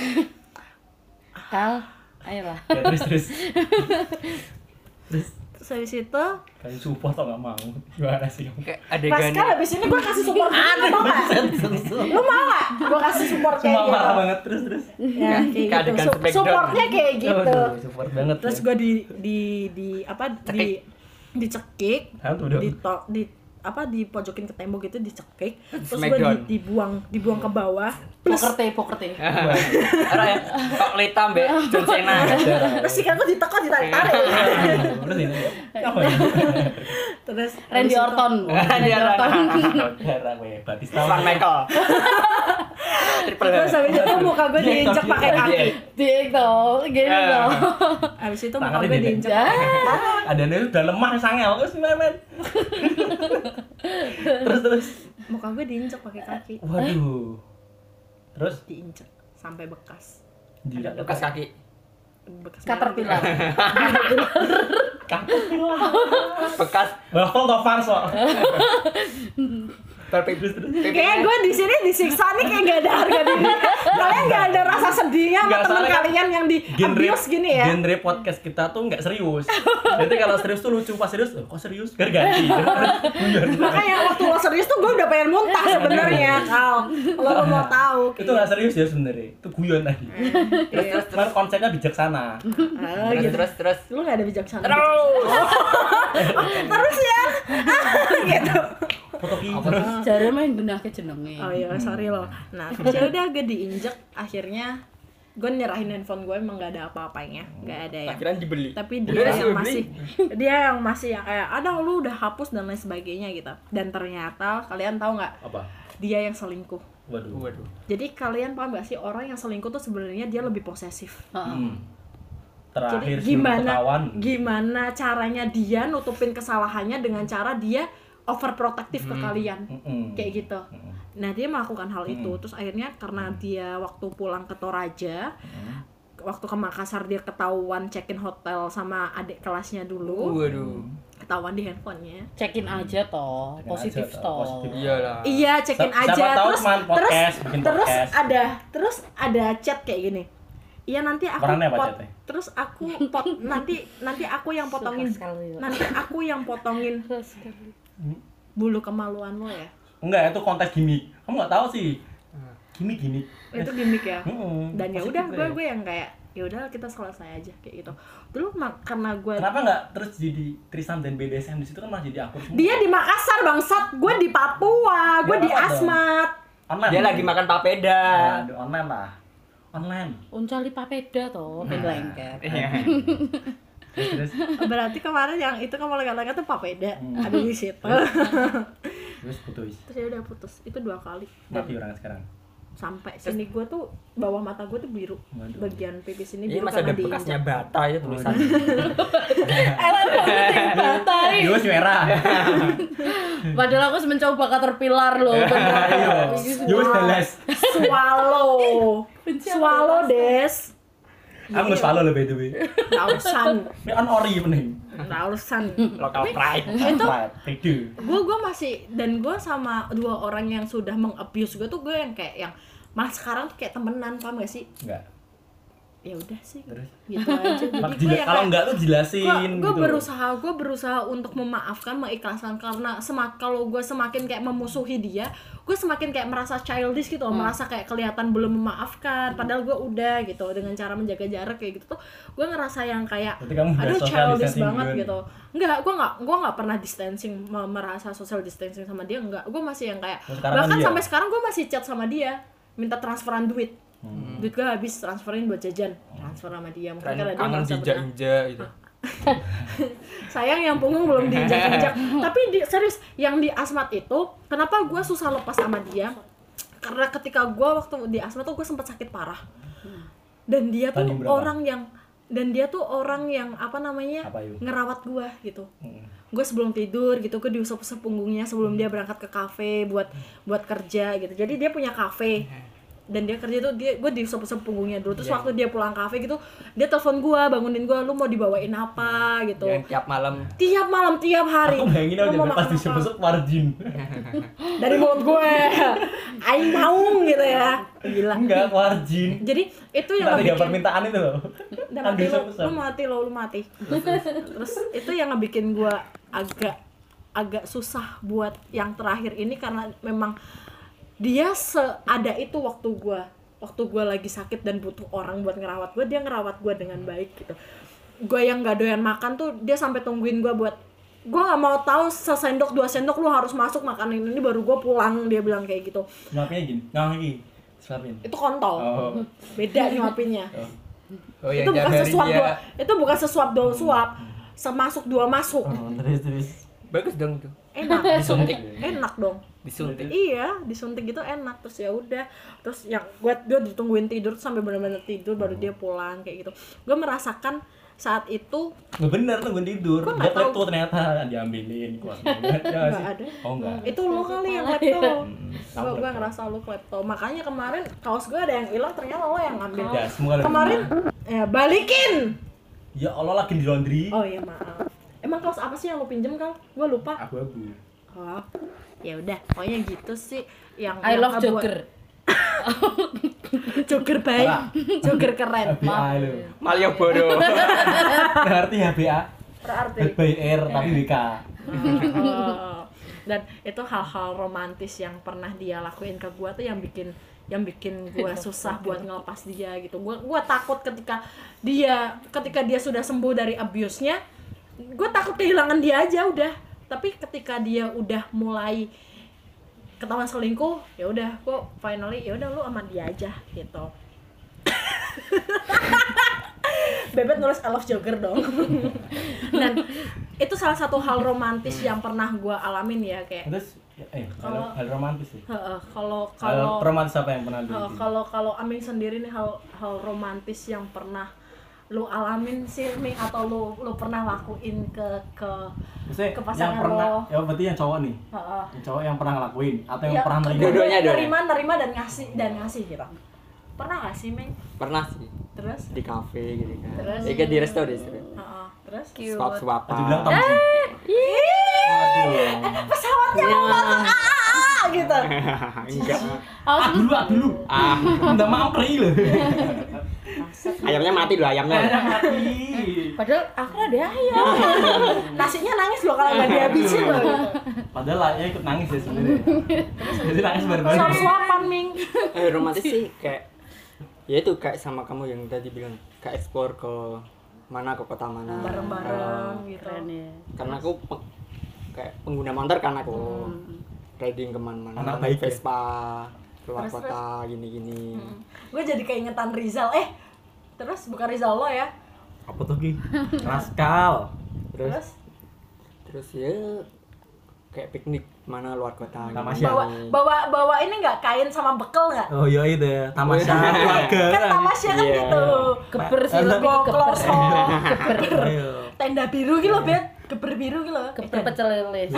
Kal, ayolah. Ya, terus terus. Terus Terus habis itu kasih support atau nggak mau? Gimana sih? Kayak Pascal adegan. habis ini gue kasih support gitu, lu mau gak? Lu mau gak? Gue kasih support kayak Cuma gitu. marah banget terus terus. Ya, kayak gitu. Keadegan Sup- Smackdown. supportnya kayak gitu. Aduh, support banget. Terus gue di di di apa di dicekik, Hantu dong. di to, di apa dipojokin ke tembok gitu dicekik, terus gue di, Smackdown. dibuang dibuang ke bawah, Poker teh, poker teh. Ora ya, kok Lita mbek John Cena. terus si kan gue ditekan ditarik tarik, Terus ini apa ya? terus Randy habis itu- Orton. Randy Orton. Darah gue Batista. Shawn Michael. Triple terus habis itu muka gue diinjek pakai kaki, Dik dong, gini Eh. dong. habis itu muka Tangannya gue beda. diinjek pakai kaki. Ada nih udah lemah sangel terus memen. Terus terus. Muka gue diinjek pakai kaki, Waduh. Terus diinjek sampai bekas, dia Bekas kaki. bekas Caterpillar. Bekas Waffle atau fans kok. berpipis. Kayak gue di sini disiksa nih kayak gak ada harga diri. Kalian gak ada rasa sedihnya sama Nggak, teman soalnya kan kalian yang di abuse gini ya? Genre podcast kita tuh nggak serius. Jadi kalau serius tuh lucu, pas serius, oh, kok serius? Gak ganti. Makanya waktu lo serius tuh gue udah pengen muntah sebenarnya, Kal. Kalau lo mau tahu. Itu nggak serius ya sebenarnya. Itu guyon tadi. Terus terus Cuman konsepnya bijaksana. Ah, terus gitu. terus terus. Lu gak ada bijaksana. Terus. Terus ya. gitu. Foto kiri terus. Jare main genah ke jenenge. Oh iya, sorry lo. Nah, terus ya udah gue diinjek, akhirnya gue nyerahin handphone gue emang gak ada apa-apanya, gak ada yang. Akhirnya dibeli. Tapi Udah dia sih, yang beli. masih dia yang masih yang kayak ada lu udah hapus dan lain sebagainya gitu. Dan ternyata kalian tahu nggak, Apa? dia yang selingkuh. Waduh. Waduh. Jadi kalian paham gak sih, orang yang selingkuh tuh sebenarnya dia lebih posesif. Heeh. Hmm. Jadi Terakhir sebelum gimana ketahuan. gimana caranya dia nutupin kesalahannya dengan cara dia overprotektif ke kalian. Mm-mm. Kayak gitu. Mm-mm. Nah, dia melakukan hal itu. Mm. Terus akhirnya karena dia waktu pulang ke Toraja, waktu ke Makassar dia ketahuan check-in hotel sama adik kelasnya dulu. Waduh. Ketahuan di handphonenya. Cekin aja toh, Cekin positif aja toh, toh. positif. Iyalah. Iya, check-in Siapa aja. tahu Terus cuman terus podcast, bikin terus podcast. ada terus ada chat kayak gini. Iya, nanti aku Perannya apa pot, chatnya? terus aku pot, nanti nanti aku yang potongin Suka sekali, Pak. nanti aku yang potongin bulu kemaluan lo ya. Enggak, itu kontes gimmick. Kamu nggak tahu sih. Gimmick gimmick. Itu gimmick ya. Mm-mm. Dan ya Positif udah gue ya. gue yang kayak ya udah kita selesai aja kayak gitu. Dulu mak- karena gue Kenapa nggak terus jadi Trisam dan B D S M di situ kan malah jadi akur semua. dia di Makassar bangsat, gue di Papua, gue Ya, di apa dong? Asmat. online. Dia lagi makan papeda. Aduh, online lah. Online. Uncali papeda toh, ben lengket. Iya. Terus terus Berarti kemarin yang itu kamu lengket-lengket tuh papeda Hmm. ada di situ. terus putus. Terus ya udah putus. Itu dua kali. Mati orang sekarang. Sampai sini gue tuh bawah mata gue tuh biru. Waduh. Bagian pipis ini Ini biru masih ada karena bekasnya diinjak. bata ya tulisan. Elan batai. Yus merah. Padahal aku mencoba caterpillar loh, bener. Yus teles. Swallow. Swallow des. Aku nggak swallow loh by the way. Nausan, Ini on ori mending. nausan. Local pride. Itu Itu. gue gue masih dan gue sama dua orang yang sudah mengabuse gue tuh gue yang kayak yang malah sekarang tuh kayak temenan, paham gak sih? Enggak. Ya udah sih, Terus? gitu aja. Jadi Mak- gue jela- yang kalau kayak- enggak tuh jelasin gue gue gitu. berusaha gue berusaha untuk memaafkan, mengikhlaskan karena semak kalau gue semakin kayak memusuhi dia, gue semakin kayak merasa childish gitu, Hmm. merasa kayak kelihatan belum memaafkan, padahal gue udah gitu dengan cara menjaga jarak kayak gitu tuh, gue ngerasa yang kayak Berarti kamu udah aduh social childish distancing banget duluan. gitu. Enggak, gue nggak gue nggak pernah distancing, me- merasa social distancing sama dia, enggak, gue masih yang kayak Oh, sekarang bahkan kan dia. sampai sekarang gue masih chat sama dia, minta transferan duit. Hmm. Duit gue habis, transferin buat jajan, transfer sama dia mungkin karena dia Kangen merasa benar. dijak-injak gitu. Sayang yang punggung belum diinjak-injak. Tapi di, serius, yang di Asmat itu, kenapa gue susah lepas sama dia? Karena ketika gue waktu di Asmat tuh gue sempat sakit parah. Dan dia tuh Tanding berapa? orang yang dan dia tuh orang yang apa namanya Apa yuk? ngerawat gue gitu. Hmm. Gue sebelum tidur gitu, gue diusap-usap punggungnya sebelum dia berangkat ke kafe buat buat kerja gitu. Jadi dia punya kafe. Dan dia kerja tuh dia gue diusap-usap punggungnya dulu. Terus Yang- waktu dia pulang kafe gitu, dia telepon gue, bangunin gue, lu mau dibawain apa gitu. Yang tiap malam Tiap malam, tiap hari. Aku bayangin aja Lu mau pas makan apa? disebut warjin. Dari mulut gue. Aing mau gitu ya. Gila. Enggak, warjin. Jadi itu yang Kita tiga ngebikin permintaan itu loh. udah Kan mati lo, disebut-sebut. lu mati lo, lu mati. Terus itu yang ngebikin gue agak agak susah buat yang terakhir ini karena memang dia seada itu waktu gue waktu gue lagi sakit dan butuh orang buat ngerawat gue, dia ngerawat gue dengan baik gitu. Gue yang nggak doyan makan tuh dia sampai tungguin gue buat, gue nggak mau tahu sesendok dua sendok lu harus masuk makan ini baru gue pulang, dia bilang kayak gitu. Nyapinnya gini. Nah, lagi. Suapin. Itu kontol. Oh. Beda nyuapinnya. Oh. oh Itu yang bukan tiap hari sesuap dia dua, itu bukan sesuap dua suap. Semasuk dua masuk. Oh, terus terus. bagus dong tuh. Enak. Disuntik. Enak dong. Disuntik. Iya, disuntik gitu enak. Terus ya udah. Terus yang gue gue ditungguin tidur sampai benar-benar tidur baru dia pulang kayak gitu. Gue merasakan saat itu Nggak bener tuh gue tidur. Gua Dia nggak tahu. klepto ternyata diambilin kuat banget. Ya nggak sih? nggak ada. Oh enggak. itu lo kali yang klepto. Hmm, Gue tahu gue klepto. ngerasa lo klepto. Makanya kemarin kaos gue ada yang hilang ternyata lo yang ngambil. Ya, semua lebih Kemarin benar. ya balikin. Ya Allah lagi di laundry. Oh iya maaf. Emang kaos apa sih yang lo pinjem Kal? Gue lupa. Abu-abu. Oh, ya udah, pokoknya gitu sih yang I yang love kebuat- Joker. Joker baik, Parah. Joker keren. H B A lo. Malioboro. Berarti H B A. Berarti. Bad by air tapi W K. Oh. Dan itu hal-hal romantis yang pernah dia lakuin ke gua tuh yang bikin yang bikin gua susah buat ngelepas dia gitu. Gua gua takut ketika dia ketika dia sudah sembuh dari abuse-nya, gua takut kehilangan dia aja udah. Tapi ketika dia udah mulai ketahuan selingkuh, ya udah kok finally ya udah lu sama dia aja gitu. Bebet nulis I love Joker dong. Dan itu salah satu hal romantis yang pernah gue alamin ya kayak Terus eh hal, Kalau- hal romantis sih. heeh, kalau Hal kalau romantis apa yang pernah heeh, dibikin? kalau kalau Aming sendiri nih hal hal romantis yang pernah lu alamin sih Ming atau lu lu pernah lakuin ke ke Maksudnya ke yang pasangan pernah, lo. ya berarti yang cowok nih. heeh. Yang cowok yang pernah ngelakuin atau yang Ya, pernah nerima. Dua-duanya, dua-duanya. nerima nerima dan ngasih dan ngasih gitu. Pernah gak sih Ming? Pernah sih Terus? di kafe gitu kan. Terus? Ya kan di resto deh. Heeh. Terus? Swap Aduh swapan. bilang tamu sih. Aduh. Pesawatnya mau masuk ah, ah, ah, gitu. Enggak. Ah dulu, ah dulu. Ah, Udah mampri loh. ayamnya mati dulu ayamnya. Udah mati. Padahal aku ada ayam. Nasinya nangis loh kalau nggak dihabisin loh. Padahal lah, ya ikut nangis ya sebenarnya. Jadi nangis bareng-bareng. Suap-suapan Ming. Eh romantis sih kayak ya itu kayak sama kamu yang tadi bilang kayak explore ke mana ke kota mana Bareng-bareng Eh, gitu. Keren ya. karena aku pe- kayak pengguna motor kan aku riding kemana-mana Anak naik baik ya? Vespa keluar Terus, kota gini-gini Gue jadi keingetan Rizal. Eh, terus bukan Rizal lo ya? Apa tuh Ki? Raskal. terus Terus terus ya kayak piknik mana luar kota Tamasya. bawa bawa bawa ini nggak kain sama bekel nggak? Oh iya itu ya, tamasya keluarga. Kan tamasya kan Iya. gitu. Keber sih Eh, lebih ke keber. Klosok, Ayo. tenda biru gitu, Bet. Keber biru gitu. Keber pecel lele.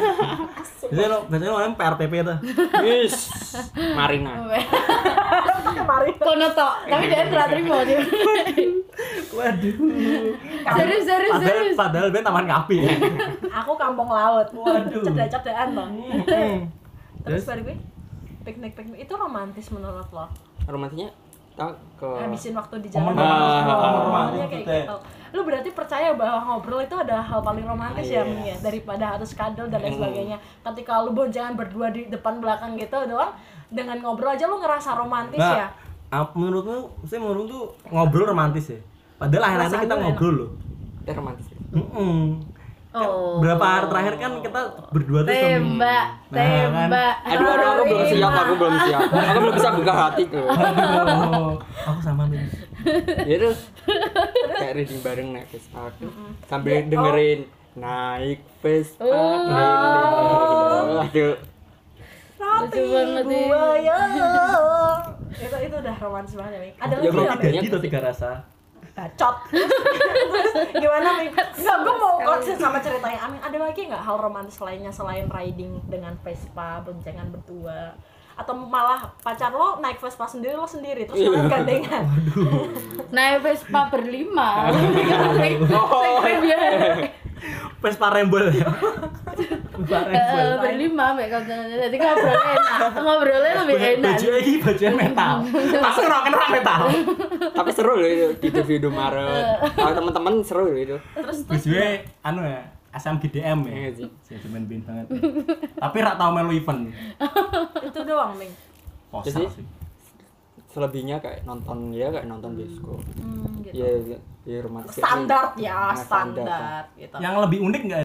Biasanya lo, biasanya lo yang P R P P tuh. Wis, Marina Mari. Kono tok, tapi dia ora trimo dia. Waduh. Serius serius Padahal serius. padahal ben taman kapi. Aku kampung laut. Waduh. Cedak-cedakan toh. Hmm. Terus baru gue piknik-piknik itu romantis menurut lo? Romantisnya tak ke Habisin waktu di jalan Momen romantis, ngobrol, momen romantis kayak gitu ya. gitu. Lu berarti percaya bahwa ngobrol itu adalah hal paling romantis ya, Iya. Ming, ya? Daripada harus kadal dan lain Mm. sebagainya. Ketika lu boncengan berdua di depan belakang gitu doang, dengan ngobrol aja lu ngerasa romantis ya. Nah, ap- menurutmu, saya menurut tuh ngobrol romantis ya. Padahal akhir-akhir Perasaan kita lu ngobrol loh. eh, romantis. Mm-mm. Kan Oh. berapa hari terakhir kan kita berdua tuh sem- Tembak, Nah, kan. tembak. Aduh, aduh, aku belum siap, aku belum siap. Aku belum bisa buka hati tuh. Aduh, aku sama Min. Ya terus kayak reading bareng naik Vespa sambil dengerin naik Vespa. Oh. keliling. Aduh, Roti Lucu banget nih. buaya. itu itu udah romantis banget ya, Ming. Ada Ya, lagi bro, nggak, Ming? Banyak Gitu sih. tiga rasa. Bacot. Terus gimana, Ming? Enggak, gue mau konsen sama ceritanya Amin. Ada lagi nggak hal romantis lainnya selain riding dengan Vespa, boncengan berdua? Atau malah pacar lo naik Vespa sendiri, lo sendiri, terus kalian gandengan? Naik Vespa berlima. Oh, Vespa rembol ya. Vespa rembol. Eh, berlima mbak kancangannya. Jadi ngobrolnya enak. Ngobrolnya lebih enak. Baju lagi baju metal. Langsung roken rock metal. tapi seru loh itu video-video Maret. Kalau teman-teman seru loh itu. Bajunya anu ya, S M G D M ya. Iya sih. Saya demen band banget. Ya. Tapi rak tau melu event. Itu doang, Ming. Posal Jadi- sih. Selebihnya kayak nonton ya kayak nonton bioskop. Hmm, gitu. Ya, ya, ya romantis. Standar ya, Nah, standar. standar gitu. Yang lebih unik nggak